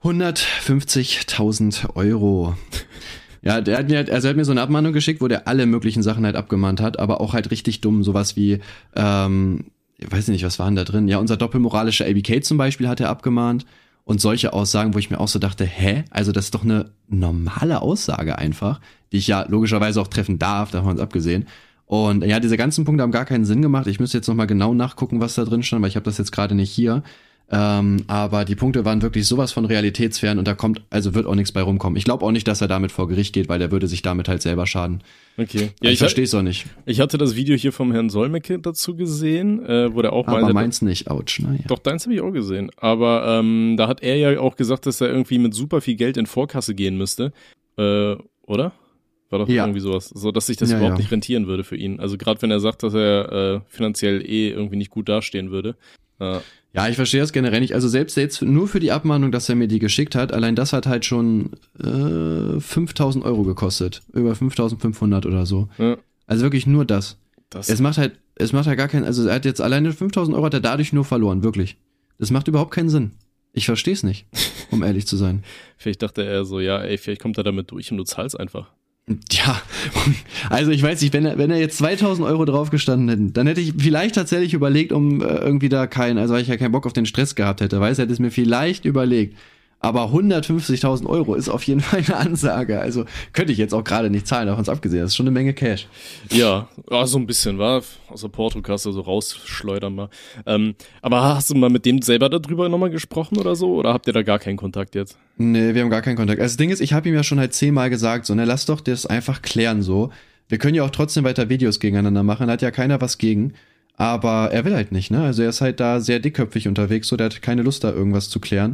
150.000 Euro. Ja, er hat mir so eine Abmahnung geschickt, wo der alle möglichen Sachen halt abgemahnt hat, aber auch halt richtig dumm, sowas wie, ich weiß nicht, was war denn da drin? Ja, unser doppelmoralischer ABK zum Beispiel hat er abgemahnt und solche Aussagen, wo ich mir auch so dachte, also das ist doch eine normale Aussage einfach, die ich ja logischerweise auch treffen darf, davon uns abgesehen. Und ja, diese ganzen Punkte haben gar keinen Sinn gemacht. Ich müsste jetzt nochmal genau nachgucken, was da drin stand, weil ich habe das jetzt gerade nicht hier. Aber die Punkte waren wirklich sowas von realitätsfern und wird auch nichts bei rumkommen. Ich glaube auch nicht, dass er damit vor Gericht geht, weil der würde sich damit halt selber schaden. Okay. Ja, ich verstehe es auch nicht. Ich hatte das Video hier vom Herrn Solmecke dazu gesehen, wo der auch meinte. Aber meins nicht, ouch, naja. Doch, deins habe ich auch gesehen. Aber da hat er ja auch gesagt, dass er irgendwie mit super viel Geld in Vorkasse gehen müsste. Oder? War doch irgendwie sowas. So, dass sich das überhaupt nicht rentieren würde für ihn. Also gerade wenn er sagt, dass er finanziell irgendwie nicht gut dastehen würde. Ja, ich verstehe das generell nicht. Also selbst jetzt nur für die Abmahnung, dass er mir die geschickt hat, allein das hat halt schon 5.000 Euro gekostet. Über 5.500 oder so. Ja. Also wirklich nur das. Es macht halt gar keinen, also er hat jetzt alleine 5.000 Euro hat er dadurch nur verloren, wirklich. Das macht überhaupt keinen Sinn. Ich verstehe es nicht, um ehrlich zu sein. Vielleicht dachte er so, vielleicht kommt er damit durch und du zahlst einfach. Ja, also ich weiß nicht, wenn er jetzt 2.000 Euro draufgestanden hätte, dann hätte ich vielleicht tatsächlich überlegt, um irgendwie da weil ich ja keinen Bock auf den Stress gehabt hätte, hätte es mir vielleicht überlegt. Aber 150.000 Euro ist auf jeden Fall eine Ansage. Also könnte ich jetzt auch gerade nicht zahlen, davon abgesehen. Das ist schon eine Menge Cash. Ja, so ein bisschen, war aus der Portokasse so rausschleudern mal. Aber hast du mal mit dem selber darüber nochmal gesprochen oder so? Oder habt ihr da gar keinen Kontakt jetzt? Nee, wir haben gar keinen Kontakt. Also das Ding ist, ich habe ihm ja schon halt 10-mal gesagt, so, ne, lass doch das einfach klären so. Wir können ja auch trotzdem weiter Videos gegeneinander machen, da hat ja keiner was gegen. Aber er will halt nicht, ne? Also er ist halt da sehr dickköpfig unterwegs, so, der hat keine Lust da irgendwas zu klären.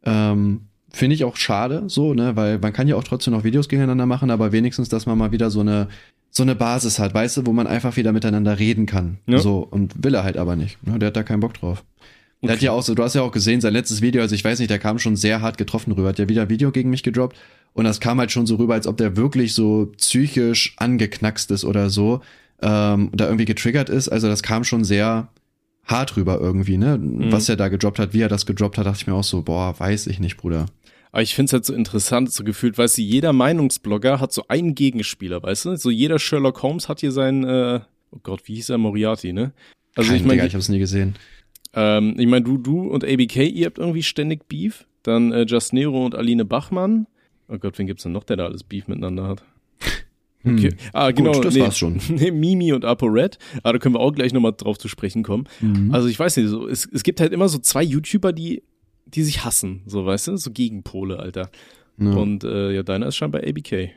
Finde ich auch schade, so, ne, weil man kann ja auch trotzdem noch Videos gegeneinander machen, aber wenigstens, dass man mal wieder so eine Basis hat, weißt du, wo man einfach wieder miteinander reden kann. Ja. So, und will er halt aber nicht. Ne? Der hat da keinen Bock drauf. Okay. Der hat ja auch so, du hast ja auch gesehen, sein letztes Video, also ich weiß nicht, der kam schon sehr hart getroffen rüber, hat ja wieder ein Video gegen mich gedroppt und das kam halt schon so rüber, als ob der wirklich so psychisch angeknackst ist oder so, da irgendwie getriggert ist, also das kam schon sehr hart rüber irgendwie, ne, was er da gedroppt hat, wie er das gedroppt hat, dachte ich mir auch so, boah, weiß ich nicht, Bruder. Aber ich find's halt so interessant, so gefühlt, weißt du, jeder Meinungsblogger hat so einen Gegenspieler, weißt du, so jeder Sherlock Holmes hat hier seinen, oh Gott, wie hieß er, Moriarty, ne? Also ich meine, ich hab's nie gesehen. Ich meine, du und ABK, ihr habt irgendwie ständig Beef, dann Just Nero und Aline Bachmann. Oh Gott, wen gibt's denn noch, der da alles Beef miteinander hat? Okay. Genau. Gut, das war's schon. Nee, Mimi und ApoRed. Da können wir auch gleich nochmal drauf zu sprechen kommen. Also ich weiß nicht, so, es gibt halt immer so zwei YouTuber, die sich hassen, so, weißt du, so Gegenpole, Alter. Ja. Und deiner ist scheinbar ABK.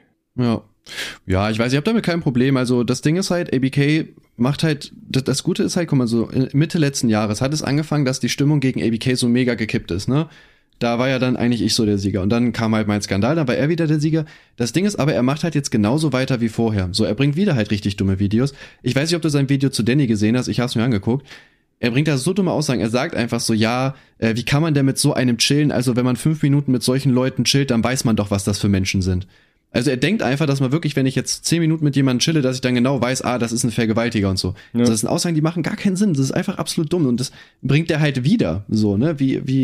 Ja, ich weiß, ich habe damit kein Problem. Also das Ding ist halt, ABK macht halt, das Gute ist halt, guck mal, so Mitte letzten Jahres hat es angefangen, dass die Stimmung gegen ABK so mega gekippt ist, ne? Da war ja dann eigentlich ich so der Sieger. Und dann kam halt mein Skandal, dann war er wieder der Sieger. Das Ding ist aber, er macht halt jetzt genauso weiter wie vorher. So, er bringt wieder halt richtig dumme Videos. Ich weiß nicht, ob du sein Video zu Danny gesehen hast, ich hab's mir angeguckt. Er bringt da so dumme Aussagen. Er sagt einfach so, ja, wie kann man denn mit so einem chillen? Also wenn man 5 Minuten mit solchen Leuten chillt, dann weiß man doch, was das für Menschen sind. Also er denkt einfach, dass man wirklich, wenn ich jetzt 10 Minuten mit jemandem chille, dass ich dann genau weiß, das ist ein Vergewaltiger und so. Ja. Also das sind Aussagen, die machen gar keinen Sinn. Das ist einfach absolut dumm. Und das bringt er halt wieder so, ne?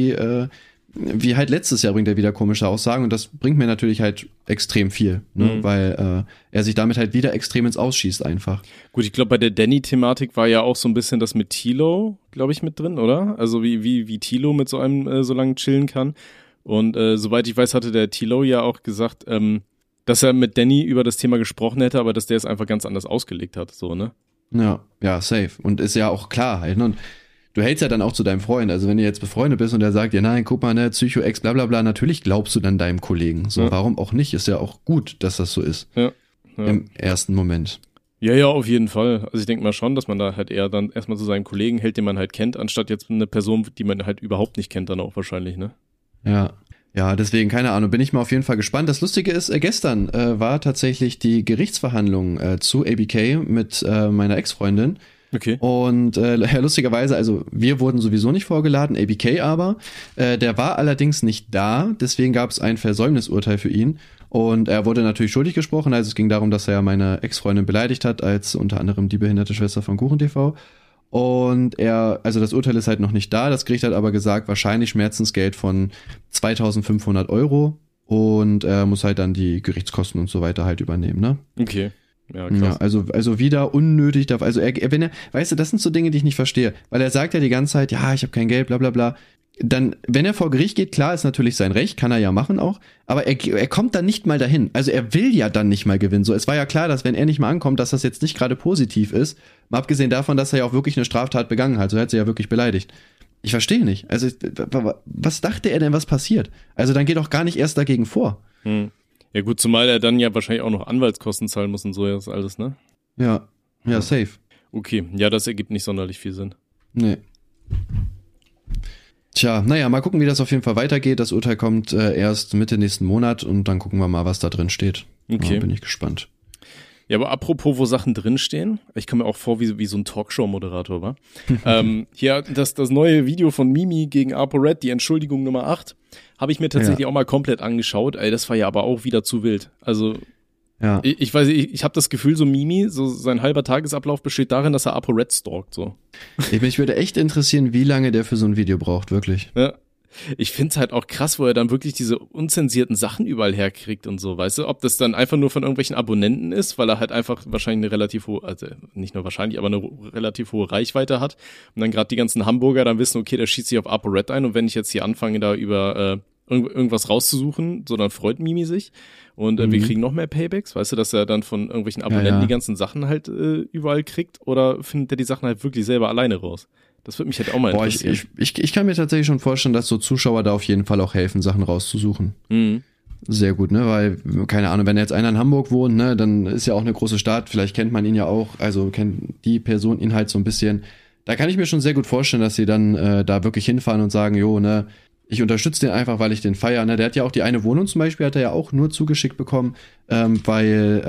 Wie halt letztes Jahr bringt er wieder komische Aussagen. Und das bringt mir natürlich halt extrem viel, ne? Weil er sich damit halt wieder extrem ins Ausschießt einfach. Gut, ich glaube, bei der Danny-Thematik war ja auch so ein bisschen das mit Tilo, glaube ich, mit drin, oder? Also wie Tilo mit so einem so lange chillen kann. Und soweit ich weiß, hatte der Tilo ja auch gesagt, dass er mit Danny über das Thema gesprochen hätte, aber dass der es einfach ganz anders ausgelegt hat, so, ne? Ja, safe. Und ist ja auch klar halt, ne? Und du hältst ja dann auch zu deinem Freund, also wenn du jetzt befreundet bist und der sagt, ja nein, guck mal, ne, Psycho-Ex, bla bla bla, natürlich glaubst du dann deinem Kollegen. So, warum auch nicht? Ist ja auch gut, dass das so ist. Ja. Im ersten Moment. Ja, auf jeden Fall. Also ich denke mal schon, dass man da halt eher dann erstmal zu seinem Kollegen hält, den man halt kennt, anstatt jetzt eine Person, die man halt überhaupt nicht kennt, dann auch wahrscheinlich, ne? Ja, deswegen, keine Ahnung, bin ich mal auf jeden Fall gespannt. Das Lustige ist, gestern war tatsächlich die Gerichtsverhandlung zu ABK mit meiner Ex-Freundin. Okay. Und lustigerweise, also wir wurden sowieso nicht vorgeladen, ABK aber. Der war allerdings nicht da, deswegen gab es ein Versäumnisurteil für ihn. Und er wurde natürlich schuldig gesprochen, also es ging darum, dass er meine Ex-Freundin beleidigt hat, als unter anderem die behinderte Schwester von KuchenTV. Und also das Urteil ist halt noch nicht da, das Gericht hat aber gesagt, wahrscheinlich Schmerzensgeld von 2.500 Euro und er muss halt dann die Gerichtskosten und so weiter halt übernehmen, ne? Okay. Ja, krass. Ja, also wieder unnötig, also wenn er, weißt du, das sind so Dinge, die ich nicht verstehe, weil er sagt ja die ganze Zeit, ja, ich habe kein Geld, bla bla bla. Dann, wenn er vor Gericht geht, klar, ist natürlich sein Recht, kann er ja machen auch, aber er kommt dann nicht mal dahin. Also er will ja dann nicht mal gewinnen. So, es war ja klar, dass wenn er nicht mal ankommt, dass das jetzt nicht gerade positiv ist. Mal abgesehen davon, dass er ja auch wirklich eine Straftat begangen hat. So, er hat sie ja wirklich beleidigt. Ich verstehe nicht. Also, was dachte er denn, was passiert? Also dann geht doch gar nicht erst dagegen vor. Ja gut, zumal er dann ja wahrscheinlich auch noch Anwaltskosten zahlen muss und so, das alles, ne? Ja, safe. Okay, ja, das ergibt nicht sonderlich viel Sinn. Nee. Tja, naja, mal gucken, wie das auf jeden Fall weitergeht. Das Urteil kommt erst Mitte nächsten Monat und dann gucken wir mal, was da drin steht. Okay. Ja, bin ich gespannt. Ja, aber apropos, wo Sachen drinstehen, ich komme mir auch vor wie so ein Talkshow-Moderator, wa? Hier, das neue Video von Mimi gegen ApoRed, die Entschuldigung Nummer 8, habe ich mir tatsächlich auch mal komplett angeschaut. Ey, das war ja aber auch wieder zu wild. Also, ja. Ich weiß nicht, ich habe das Gefühl, so Mimi, so sein halber Tagesablauf besteht darin, dass er ApoRed stalkt, so. Mich würde echt interessieren, wie lange der für so ein Video braucht, wirklich. Ja. Ich find's halt auch krass, wo er dann wirklich diese unzensierten Sachen überall herkriegt und so, weißt du? Ob das dann einfach nur von irgendwelchen Abonnenten ist, weil er halt einfach wahrscheinlich eine relativ hohe, also nicht nur wahrscheinlich, aber eine relativ hohe Reichweite hat und dann gerade die ganzen Hamburger dann wissen, okay, der schießt sich auf ApoRed ein und wenn ich jetzt hier anfange, da über irgendwas rauszusuchen, so dann freut Mimi sich und wir kriegen noch mehr Paybacks, weißt du, dass er dann von irgendwelchen Abonnenten die ganzen Sachen halt überall kriegt, oder findet er die Sachen halt wirklich selber alleine raus? Das würde mich halt auch mal interessieren. Ich kann mir tatsächlich schon vorstellen, dass so Zuschauer da auf jeden Fall auch helfen, Sachen rauszusuchen. Sehr gut, ne, weil, keine Ahnung, wenn jetzt einer in Hamburg wohnt, ne, dann ist ja auch eine große Stadt, vielleicht kennt man ihn ja auch, also kennt die Person ihn halt so ein bisschen. Da kann ich mir schon sehr gut vorstellen, dass sie dann da wirklich hinfahren und sagen, jo, ne, ich unterstütze den einfach, weil ich den feiere. Ne? Der hat ja auch die eine Wohnung zum Beispiel, hat er ja auch nur zugeschickt bekommen, weil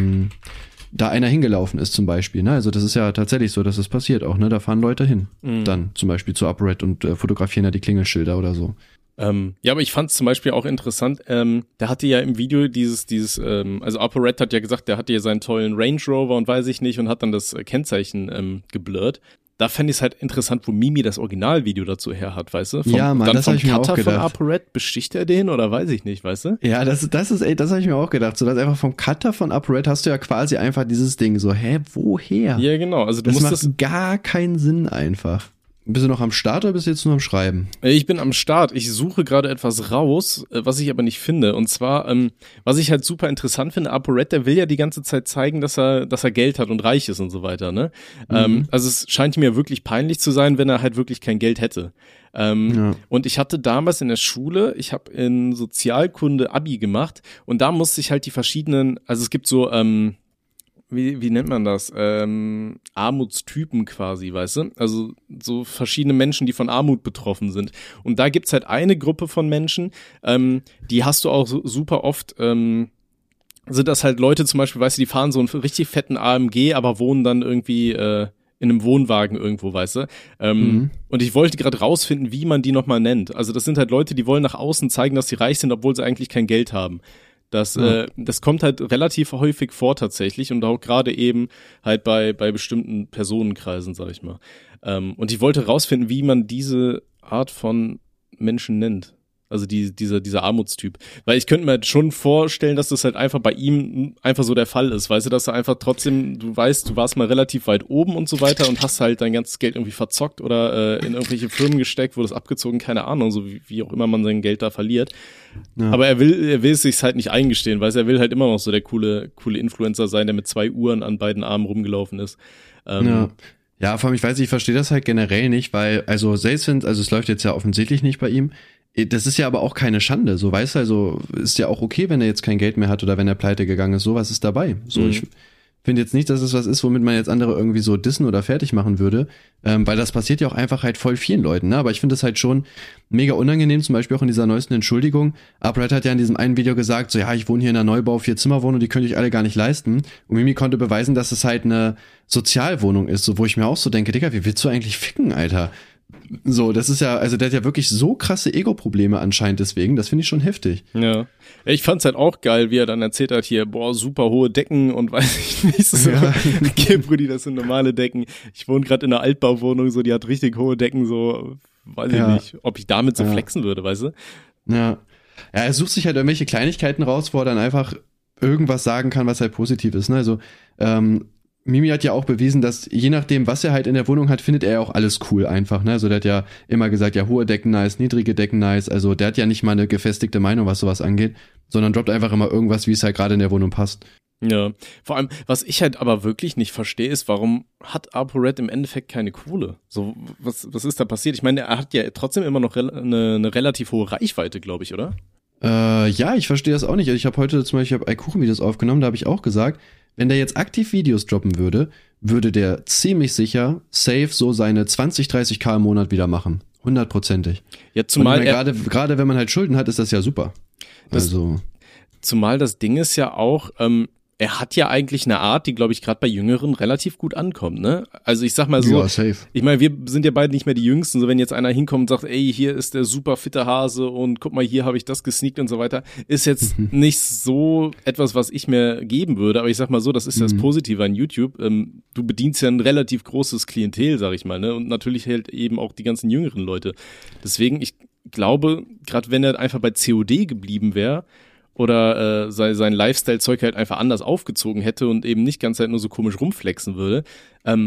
da einer hingelaufen ist zum Beispiel. Ne? Also das ist ja tatsächlich so, dass das passiert auch. Ne? Da fahren Leute hin, dann zum Beispiel zu ApoRed und fotografieren da die Klingelschilder oder so. Ja, aber ich fand es zum Beispiel auch interessant, der hatte ja im Video also ApoRed hat ja gesagt, der hatte ja seinen tollen Range Rover und weiß ich nicht und hat dann das Kennzeichen geblurrt. Da fände ich es halt interessant, wo Mimi das Originalvideo dazu her hat, weißt du? Ja, Mann, das habe ich mir auch gedacht. Von ApoRed besticht er den oder weiß ich nicht, weißt du? Ja, das habe ich mir auch gedacht. So, dass einfach vom Cutter von ApoRed hast du ja quasi einfach dieses Ding so, woher? Ja, genau. Also das macht gar keinen Sinn einfach. Bist du noch am Start oder bist du jetzt nur am Schreiben? Ich bin am Start. Ich suche gerade etwas raus, was ich aber nicht finde. Und zwar, was ich halt super interessant finde, ApoRed, der will ja die ganze Zeit zeigen, dass er Geld hat und reich ist und so weiter, ne? Also es scheint mir wirklich peinlich zu sein, wenn er halt wirklich kein Geld hätte. Und ich hatte damals in der Schule, ich habe in Sozialkunde Abi gemacht und da musste ich halt die verschiedenen, also es gibt so, wie nennt man das? Armutstypen quasi, weißt du? Also so verschiedene Menschen, die von Armut betroffen sind. Und da gibt's halt eine Gruppe von Menschen, die hast du auch super oft, sind das halt Leute zum Beispiel, weißt du, die fahren so einen richtig fetten AMG, aber wohnen dann irgendwie in einem Wohnwagen irgendwo, weißt du? Und ich wollte gerade rausfinden, wie man die nochmal nennt. Also das sind halt Leute, die wollen nach außen zeigen, dass sie reich sind, obwohl sie eigentlich kein Geld haben. Das kommt halt relativ häufig vor tatsächlich und auch gerade eben halt bei bestimmten Personenkreisen, sag ich mal. Und ich wollte rausfinden, wie man diese Art von Menschen nennt. Also dieser Armutstyp. Weil ich könnte mir halt schon vorstellen, dass das halt einfach bei ihm einfach so der Fall ist. Weißt du, dass er einfach trotzdem, du weißt, du warst mal relativ weit oben und so weiter und hast halt dein ganzes Geld irgendwie verzockt oder in irgendwelche Firmen gesteckt, wurde es abgezogen, keine Ahnung, so wie auch immer man sein Geld da verliert. Ja. Aber er will es sich halt nicht eingestehen, weißt du, er will halt immer noch so der coole Influencer sein, der mit 2 Uhren an beiden Armen rumgelaufen ist. Ja, vor allem, ich verstehe das halt generell nicht, weil, also selbst wenn, also es läuft jetzt ja offensichtlich nicht bei ihm, das ist ja aber auch keine Schande, so, weißt du, also ist ja auch okay, wenn er jetzt kein Geld mehr hat oder wenn er pleite gegangen ist, sowas ist dabei. So, ich finde jetzt nicht, dass es was ist, womit man jetzt andere irgendwie so dissen oder fertig machen würde, weil das passiert ja auch einfach halt voll vielen Leuten, ne? Aber ich finde es halt schon mega unangenehm, zum Beispiel auch in dieser neuesten Entschuldigung. ApoRed hat ja in diesem einen Video gesagt, so, ja, ich wohne hier in einer Neubau 4-Zimmer-Wohnung, die könnte ich alle gar nicht leisten. Und Mimi konnte beweisen, dass es halt eine Sozialwohnung ist, so, wo ich mir auch so denke, Digga, wie willst du eigentlich ficken, Alter? So, das ist ja, also der hat ja wirklich so krasse Ego-Probleme anscheinend deswegen, das finde ich schon heftig. Ja, ich fand's halt auch geil, wie er dann erzählt hat, hier, boah, super hohe Decken und weiß ich nicht, so, okay, Brudi, das sind normale Decken. Ich wohne gerade in einer Altbauwohnung, so, die hat richtig hohe Decken, so, weiß ich nicht, ob ich damit so flexen würde, weißt du? Ja, er sucht sich halt irgendwelche Kleinigkeiten raus, wo er dann einfach irgendwas sagen kann, was halt positiv ist, ne, also, Mimi hat ja auch bewiesen, dass je nachdem, was er halt in der Wohnung hat, findet er ja auch alles cool einfach, ne? Also der hat ja immer gesagt, ja, hohe Decken nice, niedrige Decken nice. Also der hat ja nicht mal eine gefestigte Meinung, was sowas angeht, sondern droppt einfach immer irgendwas, wie es halt gerade in der Wohnung passt. Ja, vor allem, was ich halt aber wirklich nicht verstehe, ist, warum hat ApoRed im Endeffekt keine Kohle? So, was ist da passiert? Ich meine, er hat ja trotzdem immer noch eine relativ hohe Reichweite, glaube ich, oder? Ja, ich verstehe das auch nicht. Also ich habe heute zum Beispiel Kuchen-Videos aufgenommen, da habe ich auch gesagt, wenn der jetzt aktiv Videos droppen würde, würde der ziemlich sicher safe so seine 20-30K im Monat wieder machen. 100%ig. Ja, zumal gerade wenn man halt Schulden hat, ist das ja super. Zumal das Ding ist ja auch, er hat ja eigentlich eine Art, die, glaube ich, gerade bei Jüngeren relativ gut ankommt, ne? Also ich sag mal so, ja, safe. Ich meine, wir sind ja beide nicht mehr die Jüngsten, so wenn jetzt einer hinkommt und sagt, ey, hier ist der super fitte Hase und guck mal, hier habe ich das gesneakt und so weiter, ist jetzt nicht so etwas, was ich mir geben würde, aber ich sag mal so, das ist das Positive an YouTube, du bedienst ja ein relativ großes Klientel, sag ich mal, ne? Und natürlich halt eben auch die ganzen jüngeren Leute. Deswegen, ich glaube, gerade wenn er einfach bei COD geblieben wäre, oder sein Lifestyle-Zeug halt einfach anders aufgezogen hätte und eben nicht ganz halt nur so komisch rumflexen würde,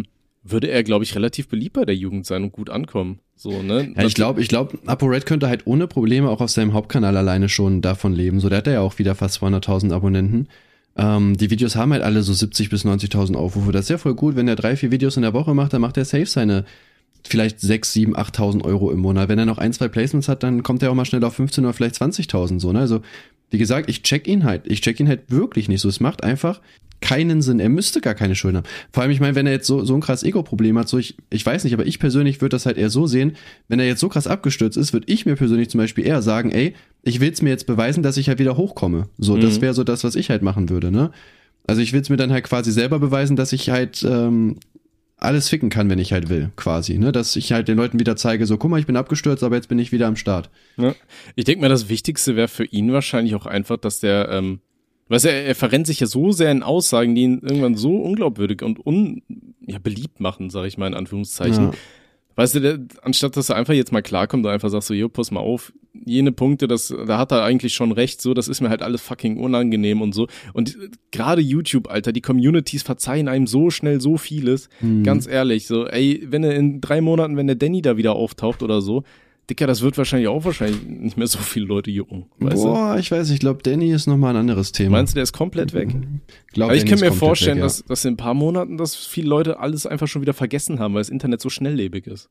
würde er, glaube ich, relativ beliebt bei der Jugend sein und gut ankommen. So, ne? Ja, ich glaube, ApoRed könnte halt ohne Probleme auch auf seinem Hauptkanal alleine schon davon leben. So, der hat ja auch wieder fast 200.000 Abonnenten. Die Videos haben halt alle so 70.000 bis 90.000 Aufrufe. Das ist ja voll gut. Wenn er 3-4 Videos in der Woche macht, dann macht er safe seine vielleicht 6.000, 7.000, 8.000 Euro im Monat. Wenn er noch 1, 2 Placements hat, dann kommt er auch mal schnell auf 15 oder vielleicht 20.000 so, ne? Also, wie gesagt, ich check ihn halt wirklich nicht so. Es macht einfach keinen Sinn. Er müsste gar keine Schulden haben. Vor allem, ich meine, wenn er jetzt so ein krass Ego-Problem hat, so ich weiß nicht, aber ich persönlich würde das halt eher so sehen, wenn er jetzt so krass abgestürzt ist, würde ich mir persönlich zum Beispiel eher sagen, ey, ich will es mir jetzt beweisen, dass ich halt wieder hochkomme. So, das wäre so das, was ich halt machen würde, ne? Also ich will es mir dann halt quasi selber beweisen, dass ich halt alles ficken kann, wenn ich halt will, quasi, ne? Dass ich halt den Leuten wieder zeige, so, guck mal, ich bin abgestürzt, aber jetzt bin ich wieder am Start. Ja. Ich denke mal, das Wichtigste wäre für ihn wahrscheinlich auch einfach, dass der, weißt du, er verrennt sich ja so sehr in Aussagen, die ihn irgendwann so unglaubwürdig und beliebt machen, sage ich mal in Anführungszeichen. Ja. Weißt du, anstatt dass er einfach jetzt mal klarkommt und einfach sagt so, jo, pass mal auf, jene Punkte, da hat er eigentlich schon recht, so, das ist mir halt alles fucking unangenehm und so. Und gerade YouTube, Alter, die Communities verzeihen einem so schnell so vieles. Ganz ehrlich, so, ey, wenn er in 3 Monaten, wenn der Danny da wieder auftaucht oder so, Dicker, das wird wahrscheinlich nicht mehr so viele Leute jucken. Boah, ich weiß, ich glaube, Danny ist nochmal ein anderes Thema. Meinst du, der ist komplett weg? Aber ich kann mir vorstellen, dass in ein paar Monaten, dass viele Leute alles einfach schon wieder vergessen haben, weil das Internet so schnelllebig ist.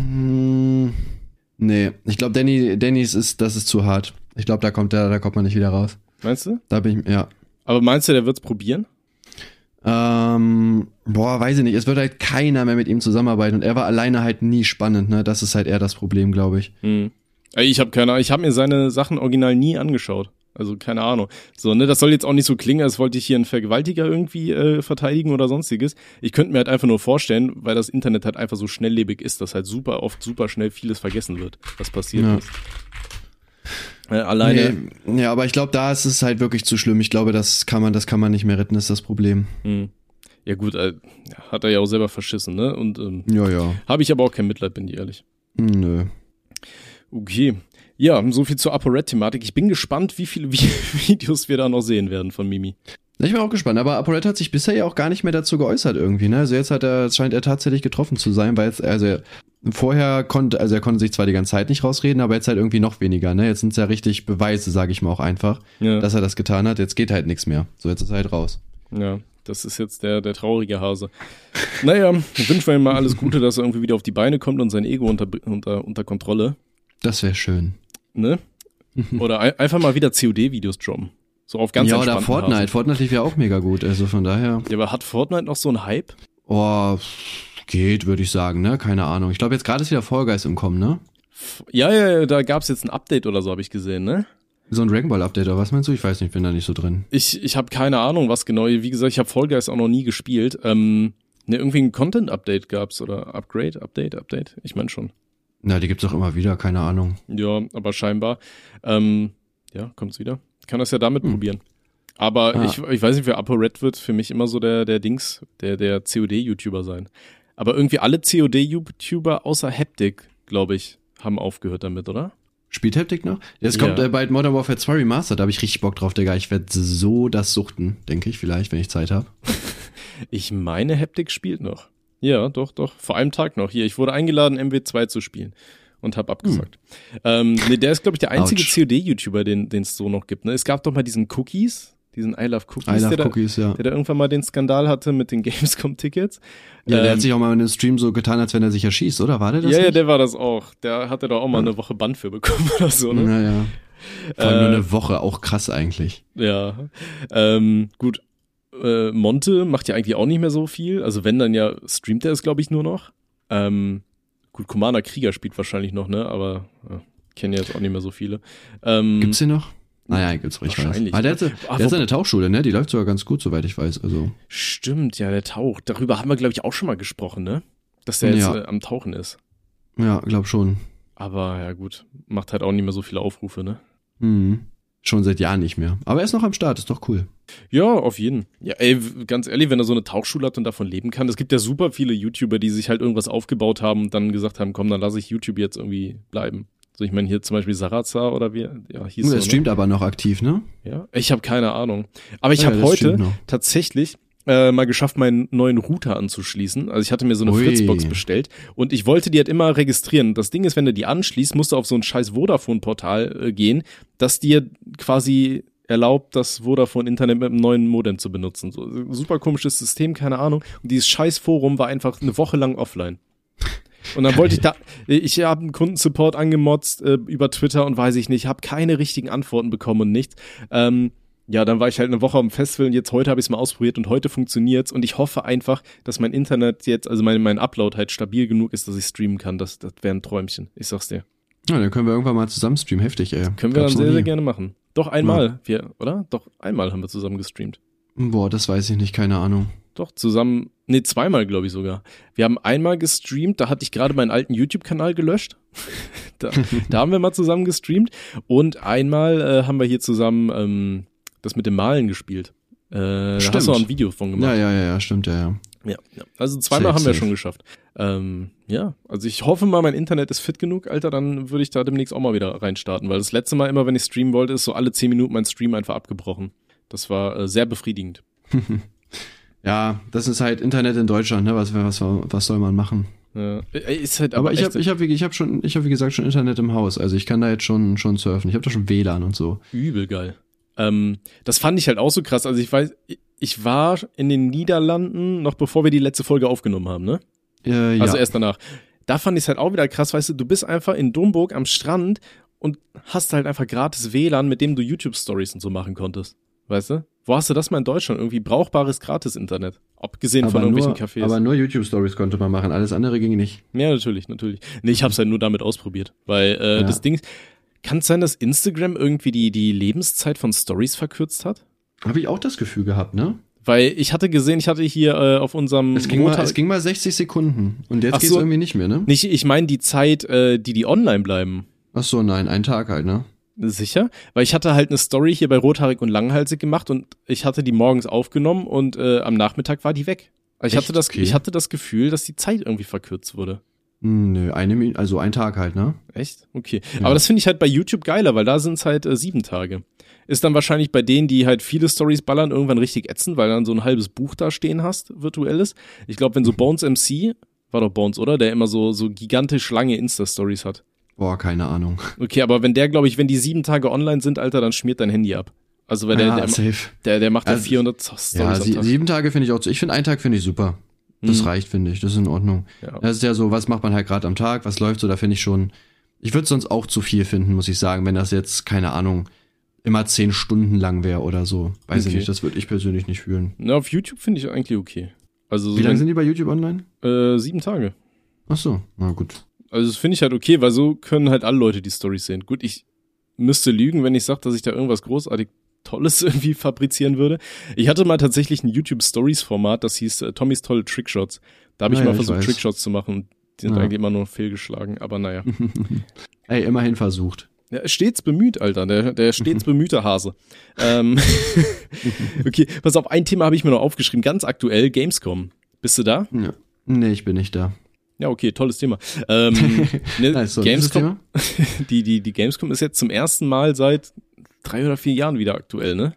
Nee, ich glaube, das ist zu hart. Ich glaube, da kommt man nicht wieder raus. Meinst du? Ja. Aber meinst du, der wird's probieren? Weiß ich nicht. Es wird halt keiner mehr mit ihm zusammenarbeiten und er war alleine halt nie spannend, ne? Das ist halt eher das Problem, glaube ich. Ich habe mir seine Sachen original nie angeschaut. Also keine Ahnung. So, ne, das soll jetzt auch nicht so klingen, als wollte ich hier einen Vergewaltiger irgendwie verteidigen oder sonstiges. Ich könnte mir halt einfach nur vorstellen, weil das Internet halt einfach so schnelllebig ist, dass halt super oft, super schnell vieles vergessen wird, was passiert ist. Alleine. Nee, ja, aber ich glaube, da ist es halt wirklich zu schlimm. Ich glaube, das kann man nicht mehr retten, ist das Problem. Ja gut, hat er ja auch selber verschissen, ne? Und ja. Habe ich aber auch kein Mitleid, bin ich ehrlich. Nö. Okay. Ja, so viel zur ApoRed-Thematik. Ich bin gespannt, wie viele Videos wir da noch sehen werden von Mimi. Ich bin auch gespannt, aber ApoRed hat sich bisher ja auch gar nicht mehr dazu geäußert irgendwie, ne? Also jetzt scheint er tatsächlich getroffen zu sein, weil vorher konnte er sich zwar die ganze Zeit nicht rausreden, aber jetzt halt irgendwie noch weniger, ne? Jetzt sind es ja richtig Beweise, sage ich mal auch einfach, dass er das getan hat. Jetzt geht halt nichts mehr. So, jetzt ist er halt raus. Ja, das ist jetzt der traurige Hase. Naja, wünschen wir ihm mal alles Gute, dass er irgendwie wieder auf die Beine kommt und sein Ego unter Kontrolle. Das wäre schön. Ne? Oder einfach mal wieder COD-Videos droppen. So auf ganz entspannten oder Fortnite. Hasen. Fortnite lief ja auch mega gut, also von daher. Ja, aber hat Fortnite noch so einen Hype? Oh, geht, würde ich sagen, ne? Keine Ahnung. Ich glaube, jetzt gerade ist wieder Fall Guys im Kommen, ne? Ja, da gab's jetzt ein Update oder so, habe ich gesehen, ne? So ein Dragon Ball Update oder was meinst du? Ich weiß nicht, bin da nicht so drin. Ich habe keine Ahnung, was genau. Wie gesagt, ich habe Fall Guys auch noch nie gespielt. Irgendwie ein Content-Update gab's oder Update? Ich meine schon. Na, die gibt's doch immer wieder, keine Ahnung. Ja, aber scheinbar. Kommt's wieder. Kann das ja damit probieren. Aber ich weiß nicht, wer ApoRed wird für mich immer so der COD-YouTuber sein. Aber irgendwie alle COD-YouTuber außer Haptic, glaube ich, haben aufgehört damit, oder? Spielt Haptic noch? Jetzt kommt bald Modern Warfare 2 Remastered, da habe ich richtig Bock drauf, Digga. Ich werde so das suchten, denke ich vielleicht, wenn ich Zeit habe. Ich meine, Haptic spielt noch. Ja, doch. Vor einem Tag noch. Hier, ich wurde eingeladen, MW2 zu spielen. Und hab abgesagt. Der ist, glaube ich, der einzige COD-YouTuber, den es so noch gibt. Ne? Es gab doch mal diesen Cookies, diesen I Love Cookies, der da irgendwann mal den Skandal hatte mit den Gamescom-Tickets. Ja, der hat sich auch mal in einem Stream so getan, als wenn er sich erschießt, oder? War der das nicht? Ja, der war das auch. Der hatte da auch mal eine Woche Bann für bekommen oder so, ne? Naja. Vor allem nur eine Woche, auch krass eigentlich. Ja. Gut. Monte macht ja eigentlich auch nicht mehr so viel. Also wenn, dann ja streamt er es, glaube ich, nur noch. Gut, Commander Krieger spielt wahrscheinlich noch, ne? Aber kennen ja jetzt auch nicht mehr so viele. Gibt's den noch? Naja, gibt's wahrscheinlich. Der hat seine Tauchschule, ne? Die läuft sogar ganz gut, soweit ich weiß. Also. Stimmt, ja, der taucht. Darüber haben wir, glaube ich, auch schon mal gesprochen, ne? Dass der jetzt am Tauchen ist. Ja, glaub schon. Aber ja gut, macht halt auch nicht mehr so viele Aufrufe, ne? Schon seit Jahren nicht mehr. Aber er ist noch am Start, ist doch cool. Ja, auf jeden. Ja, ey, ganz ehrlich, wenn er so eine Tauchschule hat und davon leben kann, es gibt ja super viele YouTuber, die sich halt irgendwas aufgebaut haben und dann gesagt haben, komm, dann lasse ich YouTube jetzt irgendwie bleiben. So, ich meine, hier zum Beispiel Sarazar oder wie, hieß er streamt aber noch aktiv, ne? Ja, ich habe keine Ahnung. Aber ich habe heute tatsächlich mal geschafft, meinen neuen Router anzuschließen. Also ich hatte mir so eine Fritzbox bestellt und ich wollte die halt immer registrieren. Das Ding ist, wenn du die anschließt, musst du auf so ein scheiß Vodafone-Portal gehen, das dir quasi erlaubt, das Vodafone-Internet mit einem neuen Modem zu benutzen. So super komisches System, keine Ahnung. Und dieses scheiß Forum war einfach eine Woche lang offline. Und dann wollte ich habe einen Kundensupport angemotzt über Twitter und weiß ich nicht, habe keine richtigen Antworten bekommen und nichts. Ja, dann war ich halt eine Woche am Festival und jetzt heute habe ich es mal ausprobiert und heute funktioniert's und ich hoffe einfach, dass mein Internet jetzt, also mein Upload halt stabil genug ist, dass ich streamen kann. Das wäre ein Träumchen, ich sag's dir. Ja, dann können wir irgendwann mal zusammen streamen, heftig, ey. Können wir dann sehr, sehr gerne machen. Doch einmal, oder? Doch einmal haben wir zusammen gestreamt. Boah, das weiß ich nicht, keine Ahnung. Doch, zusammen, zweimal glaube ich sogar. Wir haben einmal gestreamt, da hatte ich gerade meinen alten YouTube-Kanal gelöscht. da haben wir mal zusammen gestreamt und einmal haben wir hier zusammen das mit dem Malen gespielt. Da hast du auch ein Video von gemacht. Ja, stimmt, ja. Ja, also zweimal haben wir schon geschafft. Ja, also ich hoffe mal, mein Internet ist fit genug, Alter, dann würde ich da demnächst auch mal wieder reinstarten, weil das letzte Mal immer, wenn ich streamen wollte, ist so alle 10 Minuten mein Stream einfach abgebrochen. Das war sehr befriedigend. Ja, das ist halt Internet in Deutschland, ne? Was soll man machen? Ja, ist halt aber ich hab wie gesagt schon Internet im Haus, also ich kann da jetzt schon surfen. Ich habe da schon WLAN und so. Übel geil. Das fand ich halt auch so krass. Also ich war in den Niederlanden, noch bevor wir die letzte Folge aufgenommen haben, ne? Ja. Also erst danach. Da fand ich es halt auch wieder krass, weißt du bist einfach in Domburg am Strand und hast halt einfach gratis WLAN, mit dem du YouTube-Stories und so machen konntest. Weißt du? Wo hast du das mal in Deutschland? Irgendwie brauchbares Gratis-Internet. Abgesehen von irgendwelchen Cafés. Aber nur YouTube-Stories konnte man machen, alles andere ging nicht. Ja, natürlich. Nee, ich hab's halt nur damit ausprobiert. Weil das Ding ist, kann es sein, dass Instagram irgendwie die Lebenszeit von Stories verkürzt hat? Habe ich auch das Gefühl gehabt, ne? Weil ich hatte hier auf unserem Es ging mal 60 Sekunden und jetzt geht's irgendwie nicht mehr, ne? Ich meine die Zeit, die online bleiben. Ach so, nein, ein Tag halt, ne? Sicher? Weil ich hatte halt eine Story hier bei Rothaarig und Langhalsig gemacht und ich hatte die morgens aufgenommen und am Nachmittag war die weg. Also ich hatte das Gefühl, dass die Zeit irgendwie verkürzt wurde. Nö, also ein Tag halt, ne? Echt? Okay. Ja. Aber das finde ich halt bei YouTube geiler, weil da sind es halt 7 Tage. Ist dann wahrscheinlich bei denen, die halt viele Stories ballern, irgendwann richtig ätzend, weil dann so ein halbes Buch da stehen hast, virtuelles. Ich glaube, wenn so Bones MC, war doch Bones, oder? Der immer so gigantisch lange Insta-Stories hat. Boah, keine Ahnung. Okay, aber wenn die 7 Tage online sind, Alter, dann schmiert dein Handy ab. Also weil der macht ja 400 Stories am Tag. 7 Tage finde ich auch, ich finde einen Tag finde ich super. Das reicht, finde ich. Das ist in Ordnung. Ja. Das ist ja so, was macht man halt gerade am Tag, was läuft so, da finde ich schon, ich würde sonst auch zu viel finden, muss ich sagen, wenn das jetzt, keine Ahnung, immer 10 Stunden lang wäre oder so. Weiß ich nicht, das würde ich persönlich nicht fühlen. Na, auf YouTube finde ich eigentlich okay. Also wie lange sind die bei YouTube online? 7 Tage. Ach so, na gut. Also das finde ich halt okay, weil so können halt alle Leute die Storys sehen. Gut, ich müsste lügen, wenn ich sage, dass ich da irgendwas großartig Tolles irgendwie fabrizieren würde. Ich hatte mal tatsächlich ein YouTube-Stories-Format, das hieß Tommys tolle Trickshots. Da habe ich mal versucht, Trickshots zu machen. Die sind eigentlich immer nur fehlgeschlagen, aber naja. Ey, immerhin versucht. Ja, stets bemüht, Alter. Der stets bemühte Hase. Okay, pass auf, ein Thema habe ich mir noch aufgeschrieben. Ganz aktuell, Gamescom. Bist du da? Ja. Nee, ich bin nicht da. Ja, okay, tolles Thema. Nice, Gamescom, die Gamescom ist jetzt zum ersten Mal seit 3 oder 4 Jahren wieder aktuell, ne?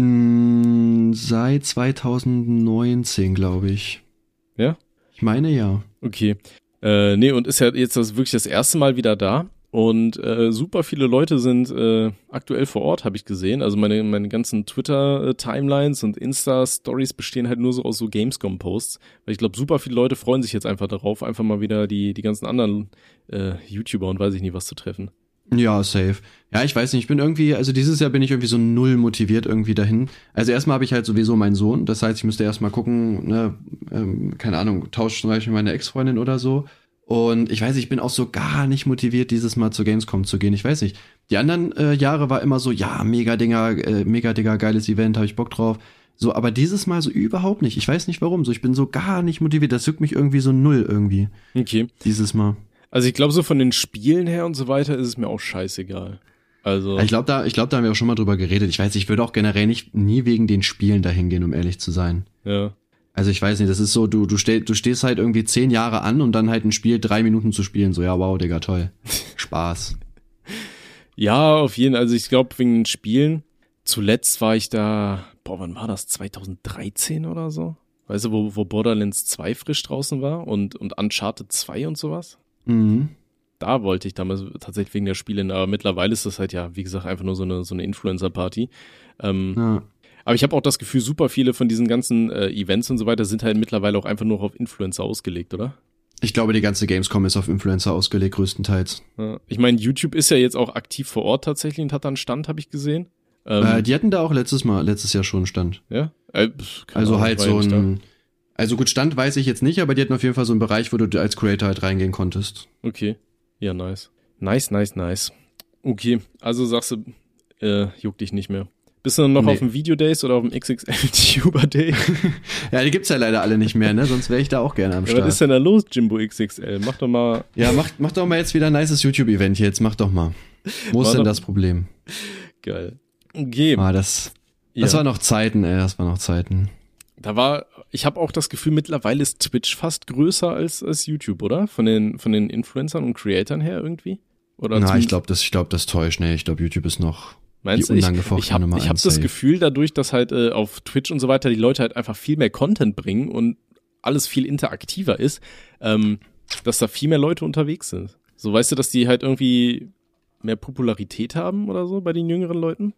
Seit 2019, glaube ich. Ja? Ich meine, ja. Okay. Nee, und ist ja jetzt wirklich das erste Mal wieder da. Und super viele Leute sind aktuell vor Ort, habe ich gesehen. Also meine ganzen Twitter-Timelines und Insta-Stories bestehen halt nur so aus so Gamescom-Posts. Weil ich glaube, super viele Leute freuen sich jetzt einfach darauf, einfach mal wieder die ganzen anderen YouTuber und weiß ich nicht was zu treffen. Ja, safe. Ja, ich weiß nicht, ich bin irgendwie, also dieses Jahr bin ich irgendwie so null motiviert irgendwie dahin. Also erstmal habe ich halt sowieso meinen Sohn, das heißt, ich müsste erstmal gucken, ne, keine Ahnung, tausche zum Beispiel meine Ex-Freundin oder so. Und ich weiß, ich bin auch so gar nicht motiviert, dieses Mal zur Gamescom zu gehen. Ich weiß nicht. Die anderen Jahre war immer so, ja, mega Digga, geiles Event, habe ich Bock drauf. So, aber dieses Mal so überhaupt nicht. Ich weiß nicht warum. So, ich bin so gar nicht motiviert. Das juckt mich irgendwie so null irgendwie. Okay. Dieses Mal. Also ich glaube, so von den Spielen her und so weiter ist es mir auch scheißegal. Also. Ich glaube, da haben wir auch schon mal drüber geredet. Ich weiß, ich würde auch generell nie wegen den Spielen dahin gehen, um ehrlich zu sein. Ja. Also ich weiß nicht, das ist so, du stehst halt irgendwie 10 Jahre an und dann halt ein Spiel 3 Minuten zu spielen. So, ja, wow, Digga, toll. Spaß. Ja, auf jeden Fall. Also ich glaube, wegen den Spielen. Zuletzt war ich da wann war das? 2013 oder so? Weißt du, wo Borderlands 2 frisch draußen war und Uncharted 2 und sowas? Mhm. Da wollte ich damals tatsächlich wegen der Spiele, aber mittlerweile ist das halt ja, wie gesagt, einfach nur so eine Influencer-Party. Ja. Aber ich habe auch das Gefühl, super viele von diesen ganzen Events und so weiter sind halt mittlerweile auch einfach nur auf Influencer ausgelegt, oder? Ich glaube, die ganze Gamescom ist auf Influencer ausgelegt, größtenteils. Ja. Ich meine, YouTube ist ja jetzt auch aktiv vor Ort tatsächlich und hat da einen Stand, habe ich gesehen. Die hatten da auch letztes Jahr schon einen Stand. Ja? Also halt so ein, also gut, Stand weiß ich jetzt nicht, aber die hatten auf jeden Fall so einen Bereich, wo du als Creator halt reingehen konntest. Okay, ja, nice. Nice. Okay, also sagst du, juckt dich nicht mehr. Bist du dann noch auf dem Videodays oder auf dem XXL-Tuber Day? Ja, die gibt's ja leider alle nicht mehr, ne? Sonst wäre ich da auch gerne am Start. Was ist denn da los, Jimbo XXL? Mach doch mal. Ja, mach doch mal jetzt wieder ein nices YouTube-Event hier. Jetzt mach doch mal. Wo ist denn das Problem? Geil. Okay. Das war noch Zeiten, das war noch Zeiten. Ich habe auch das Gefühl, mittlerweile ist Twitch fast größer als YouTube, oder? Von den Influencern und Creatoren her irgendwie? Oder ich glaube, das täuscht. Nee, ich glaube, YouTube ist noch Meinst die ich habe das Gefühl dadurch, dass halt auf Twitch und so weiter die Leute halt einfach viel mehr Content bringen und alles viel interaktiver ist, dass da viel mehr Leute unterwegs sind. So, weißt du, dass die halt irgendwie mehr Popularität haben oder so bei den jüngeren Leuten?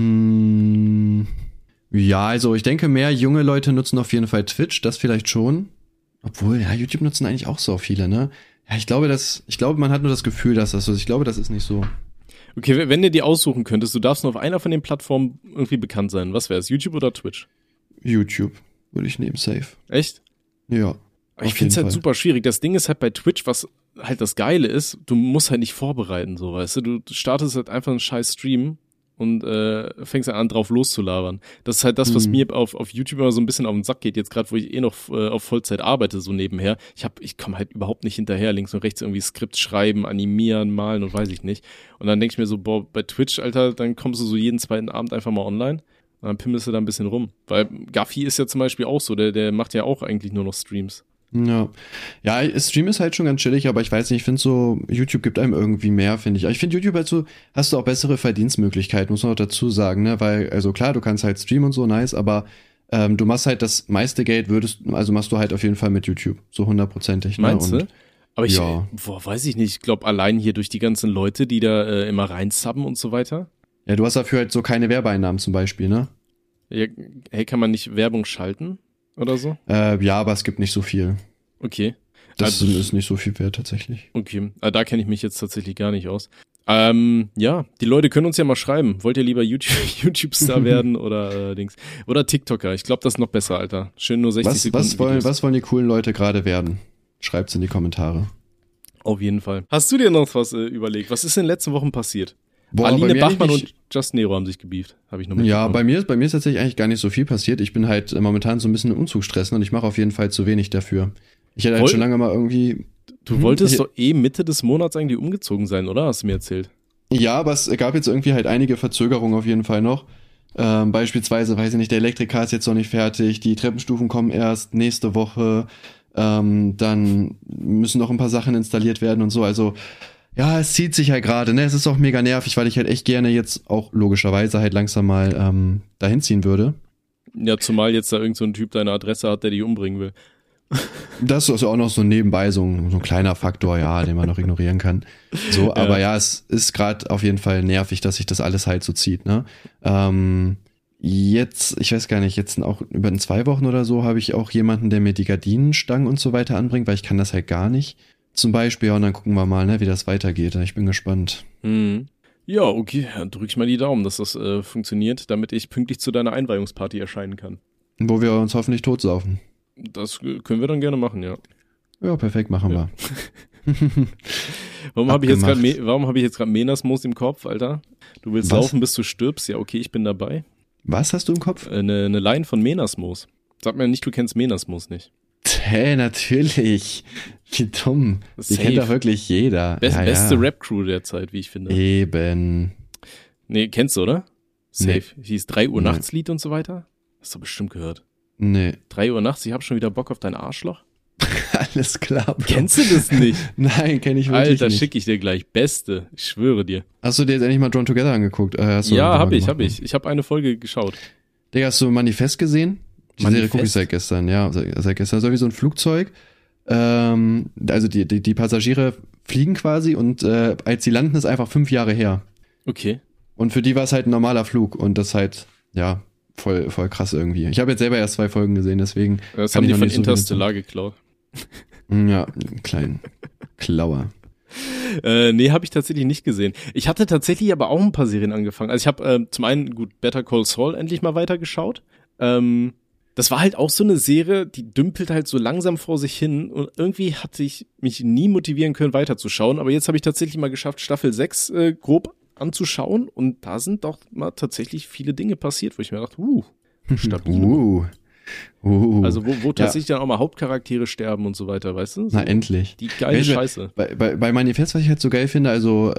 Ja, also ich denke, mehr junge Leute nutzen auf jeden Fall Twitch, das vielleicht schon. Obwohl, ja, YouTube nutzen eigentlich auch so viele, ne? Ja, ich glaube, man hat nur das Gefühl, dass das so ist. Ich glaube, das ist nicht so. Okay, wenn du dir aussuchen könntest, du darfst nur auf einer von den Plattformen irgendwie bekannt sein. Was wäre es, YouTube oder Twitch? YouTube würde ich nehmen, safe. Echt? Ja. Ich finde es halt super schwierig. Das Ding ist halt bei Twitch, was halt das Geile ist, du musst halt nicht vorbereiten, so, weißt du. Du startest halt einfach einen scheiß Stream und fängst an, drauf loszulabern. Das ist halt das, was mir auf YouTube immer so ein bisschen auf den Sack geht, jetzt gerade, wo ich noch auf Vollzeit arbeite, so nebenher. Ich komme halt überhaupt nicht hinterher, links und rechts irgendwie Skript schreiben, animieren, malen und weiß ich nicht. Und dann denke ich mir so, boah, bei Twitch, Alter, dann kommst du so jeden zweiten Abend einfach mal online und dann pimmelst du da ein bisschen rum. Weil Gaffi ist ja zum Beispiel auch so, der macht ja auch eigentlich nur noch Streams. Ja, Stream ist halt schon ganz chillig, aber ich weiß nicht, ich finde so, YouTube gibt einem irgendwie mehr, finde ich. Ich finde YouTube halt so, hast du auch bessere Verdienstmöglichkeiten, muss man auch dazu sagen, ne, weil, also klar, du kannst halt streamen und so, nice, aber du machst halt das meiste Geld machst du halt auf jeden Fall mit YouTube, so 100%. Meinst ne? du? Aber weiß ich nicht, ich glaube allein hier durch die ganzen Leute, die da immer reinsubben und so weiter. Ja, du hast dafür halt so keine Werbeeinnahmen zum Beispiel, ne? Ja, hey, kann man nicht Werbung schalten? Oder so? Ja, aber es gibt nicht so viel. Okay. Das ist nicht so viel wert tatsächlich. Okay, da kenne ich mich jetzt tatsächlich gar nicht aus. Ja, die Leute können uns ja mal schreiben. Wollt ihr lieber YouTube-Star werden oder Dings? Oder TikToker? Ich glaube, das ist noch besser, Alter. Schön nur 60 Sekunden. Was wollen die coolen Leute gerade werden? Schreibt's in die Kommentare. Auf jeden Fall. Hast du dir noch was überlegt? Was ist in den letzten Wochen passiert? Boah, Aline Bachmann und Just Nero haben sich gebieft, habe ich noch mitbekommen. Ja, bei mir ist tatsächlich eigentlich gar nicht so viel passiert. Ich bin halt momentan so ein bisschen im Umzugsstress und ich mache auf jeden Fall zu wenig dafür. Ich hätte halt schon lange mal irgendwie... Du wolltest doch Mitte des Monats eigentlich umgezogen sein, oder? Hast du mir erzählt? Ja, aber es gab jetzt irgendwie halt einige Verzögerungen auf jeden Fall noch. Beispielsweise, weiß ich nicht, der Elektriker ist jetzt noch nicht fertig, die Treppenstufen kommen erst nächste Woche, dann müssen noch ein paar Sachen installiert werden und so, also... Ja, es zieht sich halt gerade, ne? Es ist auch mega nervig, weil ich halt echt gerne jetzt auch logischerweise halt langsam mal dahin ziehen würde. Ja, zumal jetzt da irgend so ein Typ deine Adresse hat, der dich umbringen will. Das ist auch noch so nebenbei so ein kleiner Faktor, ja, den man noch ignorieren kann. So, aber ja, es ist gerade auf jeden Fall nervig, dass sich das alles halt so zieht, ne? Jetzt, ich weiß gar nicht, jetzt auch über 2 Wochen oder so habe ich auch jemanden, der mir die Gardinenstangen und so weiter anbringt, weil ich kann das halt gar nicht. Zum Beispiel, ja, und dann gucken wir mal, ne, wie das weitergeht. Ich bin gespannt. Ja, okay, dann drück ich mal die Daumen, dass das funktioniert, damit ich pünktlich zu deiner Einweihungsparty erscheinen kann. Wo wir uns hoffentlich totsaufen. Das können wir dann gerne machen, ja. Ja, perfekt, machen wir. Warum habe ich jetzt gerade Menasmus im Kopf, Alter? Du willst laufen, bis du stirbst? Ja, okay, ich bin dabei. Was hast du im Kopf? Eine Line von Menasmus. Sag mir nicht, du kennst Menasmus nicht. Natürlich. Wie dumm. Die kennt doch wirklich jeder. Beste Rap-Crew der Zeit, wie ich finde. Eben. Nee, kennst du, oder? Safe. Nee. Hieß 3 Uhr nachts Lied und so weiter. Hast du bestimmt gehört. Nee. 3 Uhr nachts, ich hab schon wieder Bock auf dein Arschloch. Alles klar, Bro. Kennst du das nicht? Nein, kenn ich wirklich nicht. Alter, schicke ich dir gleich. Beste. Ich schwöre dir. Hast du dir jetzt endlich mal Drawn Together angeguckt? Ja, hab ich. Ich habe eine Folge geschaut. Digga, hast du Manifest gesehen? Die Serie gucke ich seit gestern, ja, seit gestern. So wie so ein Flugzeug. Also die Passagiere fliegen quasi und als sie landen, ist einfach 5 Jahre her. Okay. Und für die war es halt ein normaler Flug und das halt, ja, voll krass irgendwie. Ich habe jetzt selber erst 2 Folgen gesehen, deswegen. Das haben die von Interstellar geklaut. Ja, klein Klauer. Nee, habe ich tatsächlich nicht gesehen. Ich hatte tatsächlich aber auch ein paar Serien angefangen. Also ich habe zum einen, gut, Better Call Saul endlich mal weitergeschaut. Das war halt auch so eine Serie, die dümpelt halt so langsam vor sich hin und irgendwie hatte ich mich nie motivieren können, weiterzuschauen. Aber jetzt habe ich tatsächlich mal geschafft, Staffel 6 grob anzuschauen und da sind doch mal tatsächlich viele Dinge passiert, wo ich mir dachte, stabil. Also wo tatsächlich dann auch mal Hauptcharaktere sterben und so weiter, weißt du? So, na endlich. Die geile Scheiße. Bei Manifest, was ich halt so geil finde, also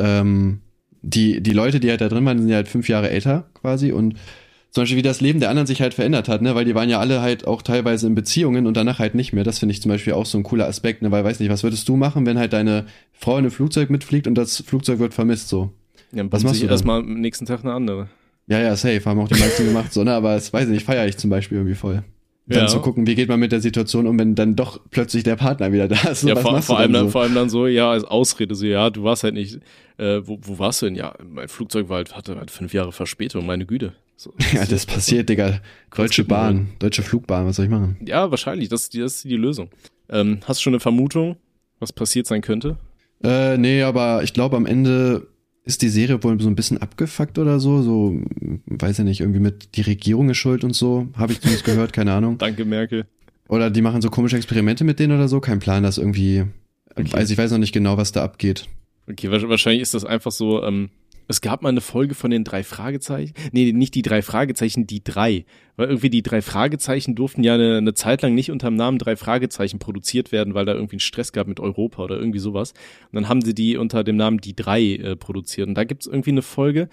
die Leute, die halt da drin waren, sind ja halt 5 Jahre älter quasi und zum Beispiel, wie das Leben der anderen sich halt verändert hat, ne, weil die waren ja alle halt auch teilweise in Beziehungen und danach halt nicht mehr. Das finde ich zum Beispiel auch so ein cooler Aspekt, ne, weil, weiß nicht, was würdest du machen, wenn halt deine Frau in einem Flugzeug mitfliegt und das Flugzeug wird vermisst, so? Ja, was machst du erstmal am nächsten Tag eine andere? Ja, safe, haben auch die meisten gemacht, so, ne, aber das weiß ich nicht, feiere ich zum Beispiel irgendwie voll. Dann zu gucken, wie geht man mit der Situation um, wenn dann doch plötzlich der Partner wieder da ist. So, ja, was vor allem dann so, ja, als Ausrede, so, ja, du warst halt nicht, wo warst du denn? Ja, mein Flugzeug hatte halt 5 Jahre Verspätung, meine Güte. So, das passiert, Digga. Deutsche Flugbahn, was soll ich machen? Ja, wahrscheinlich, das ist die Lösung. Hast du schon eine Vermutung, was passiert sein könnte? Nee, aber ich glaube, am Ende ist die Serie wohl so ein bisschen abgefuckt oder so, weiß ich nicht, irgendwie mit die Regierung ist schuld und so, habe ich zumindest gehört, keine Ahnung. Danke, Merkel. Oder die machen so komische Experimente mit denen oder so, kein Plan, dass irgendwie, also ich weiß noch nicht genau, was da abgeht. Okay, wahrscheinlich ist das einfach so, es gab mal eine Folge von den 3 Fragezeichen. Nee, nicht die 3 Fragezeichen, die 3. Weil irgendwie die 3 Fragezeichen durften ja eine Zeit lang nicht unter dem Namen 3 Fragezeichen produziert werden, weil da irgendwie einen Stress gab mit Europa oder irgendwie sowas. Und dann haben sie die unter dem Namen die 3 produziert. Und da gibt's irgendwie eine Folge,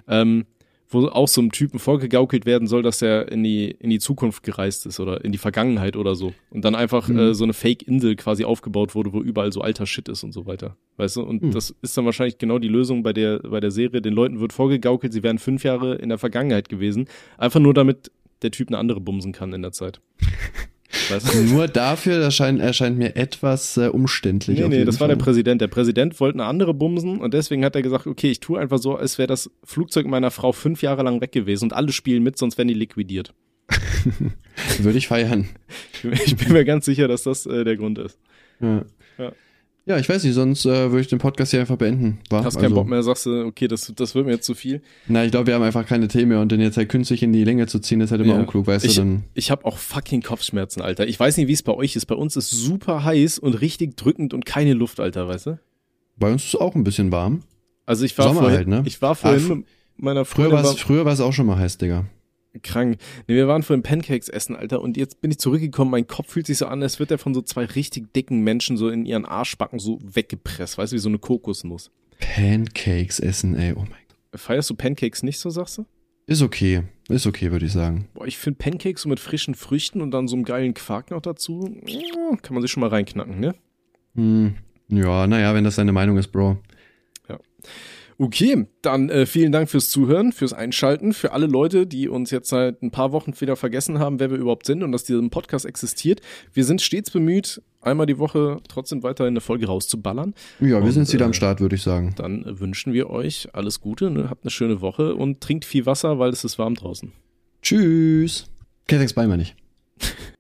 wo auch so einem Typen vorgegaukelt werden soll, dass er in die Zukunft gereist ist oder in die Vergangenheit oder so. Und dann einfach so eine Fake-Insel quasi aufgebaut wurde, wo überall so alter Shit ist und so weiter. Weißt du? Und das ist dann wahrscheinlich genau die Lösung bei der Serie. Den Leuten wird vorgegaukelt, sie wären 5 Jahre in der Vergangenheit gewesen. Einfach nur damit der Typ eine andere bumsen kann in der Zeit. Weißt du? Nur dafür erscheint mir etwas umständlich. Nee, das war der Präsident. Der Präsident wollte eine andere bumsen und deswegen hat er gesagt, okay, ich tue einfach so, als wäre das Flugzeug meiner Frau 5 Jahre lang weg gewesen und alle spielen mit, sonst werden die liquidiert. Würde ich feiern. Ich bin mir ganz sicher, dass das der Grund ist. Ja, ich weiß nicht, sonst würde ich den Podcast hier einfach beenden. Hast keinen Bock mehr, sagst du, okay, das wird mir jetzt zu viel. Na, ich glaube, wir haben einfach keine Themen mehr und den jetzt halt künstlich in die Länge zu ziehen, ist halt immer unklug, weißt du dann. Ich habe auch fucking Kopfschmerzen, Alter. Ich weiß nicht, wie es bei euch ist. Bei uns ist super heiß und richtig drückend und keine Luft, Alter, weißt du? Bei uns ist es auch ein bisschen warm. Also ich war vorhin mit meiner Freundin. Früher war es auch schon mal heiß, Digga. Krank. Nee, wir waren vorhin Pancakes essen, Alter, und jetzt bin ich zurückgekommen, mein Kopf fühlt sich so an, als wird der von so 2 richtig dicken Menschen so in ihren Arschbacken so weggepresst, weißt du, wie so eine Kokosnuss. Pancakes essen, ey, oh mein Gott. Feierst du Pancakes nicht so, sagst du? Ist okay, würde ich sagen. Boah, ich finde Pancakes so mit frischen Früchten und dann so einem geilen Quark noch dazu, kann man sich schon mal reinknacken, ne? Ja, naja, wenn das deine Meinung ist, Bro. Ja. Okay, dann vielen Dank fürs Zuhören, fürs Einschalten, für alle Leute, die uns jetzt seit ein paar Wochen wieder vergessen haben, wer wir überhaupt sind und dass dieser Podcast existiert. Wir sind stets bemüht, einmal die Woche trotzdem weiterhin eine Folge rauszuballern. Ja, wir sind jetzt wieder am Start, würde ich sagen. Dann wünschen wir euch alles Gute, ne? Habt eine schöne Woche und trinkt viel Wasser, weil es ist warm draußen. Tschüss. Okay, thanks, bye, meine ich.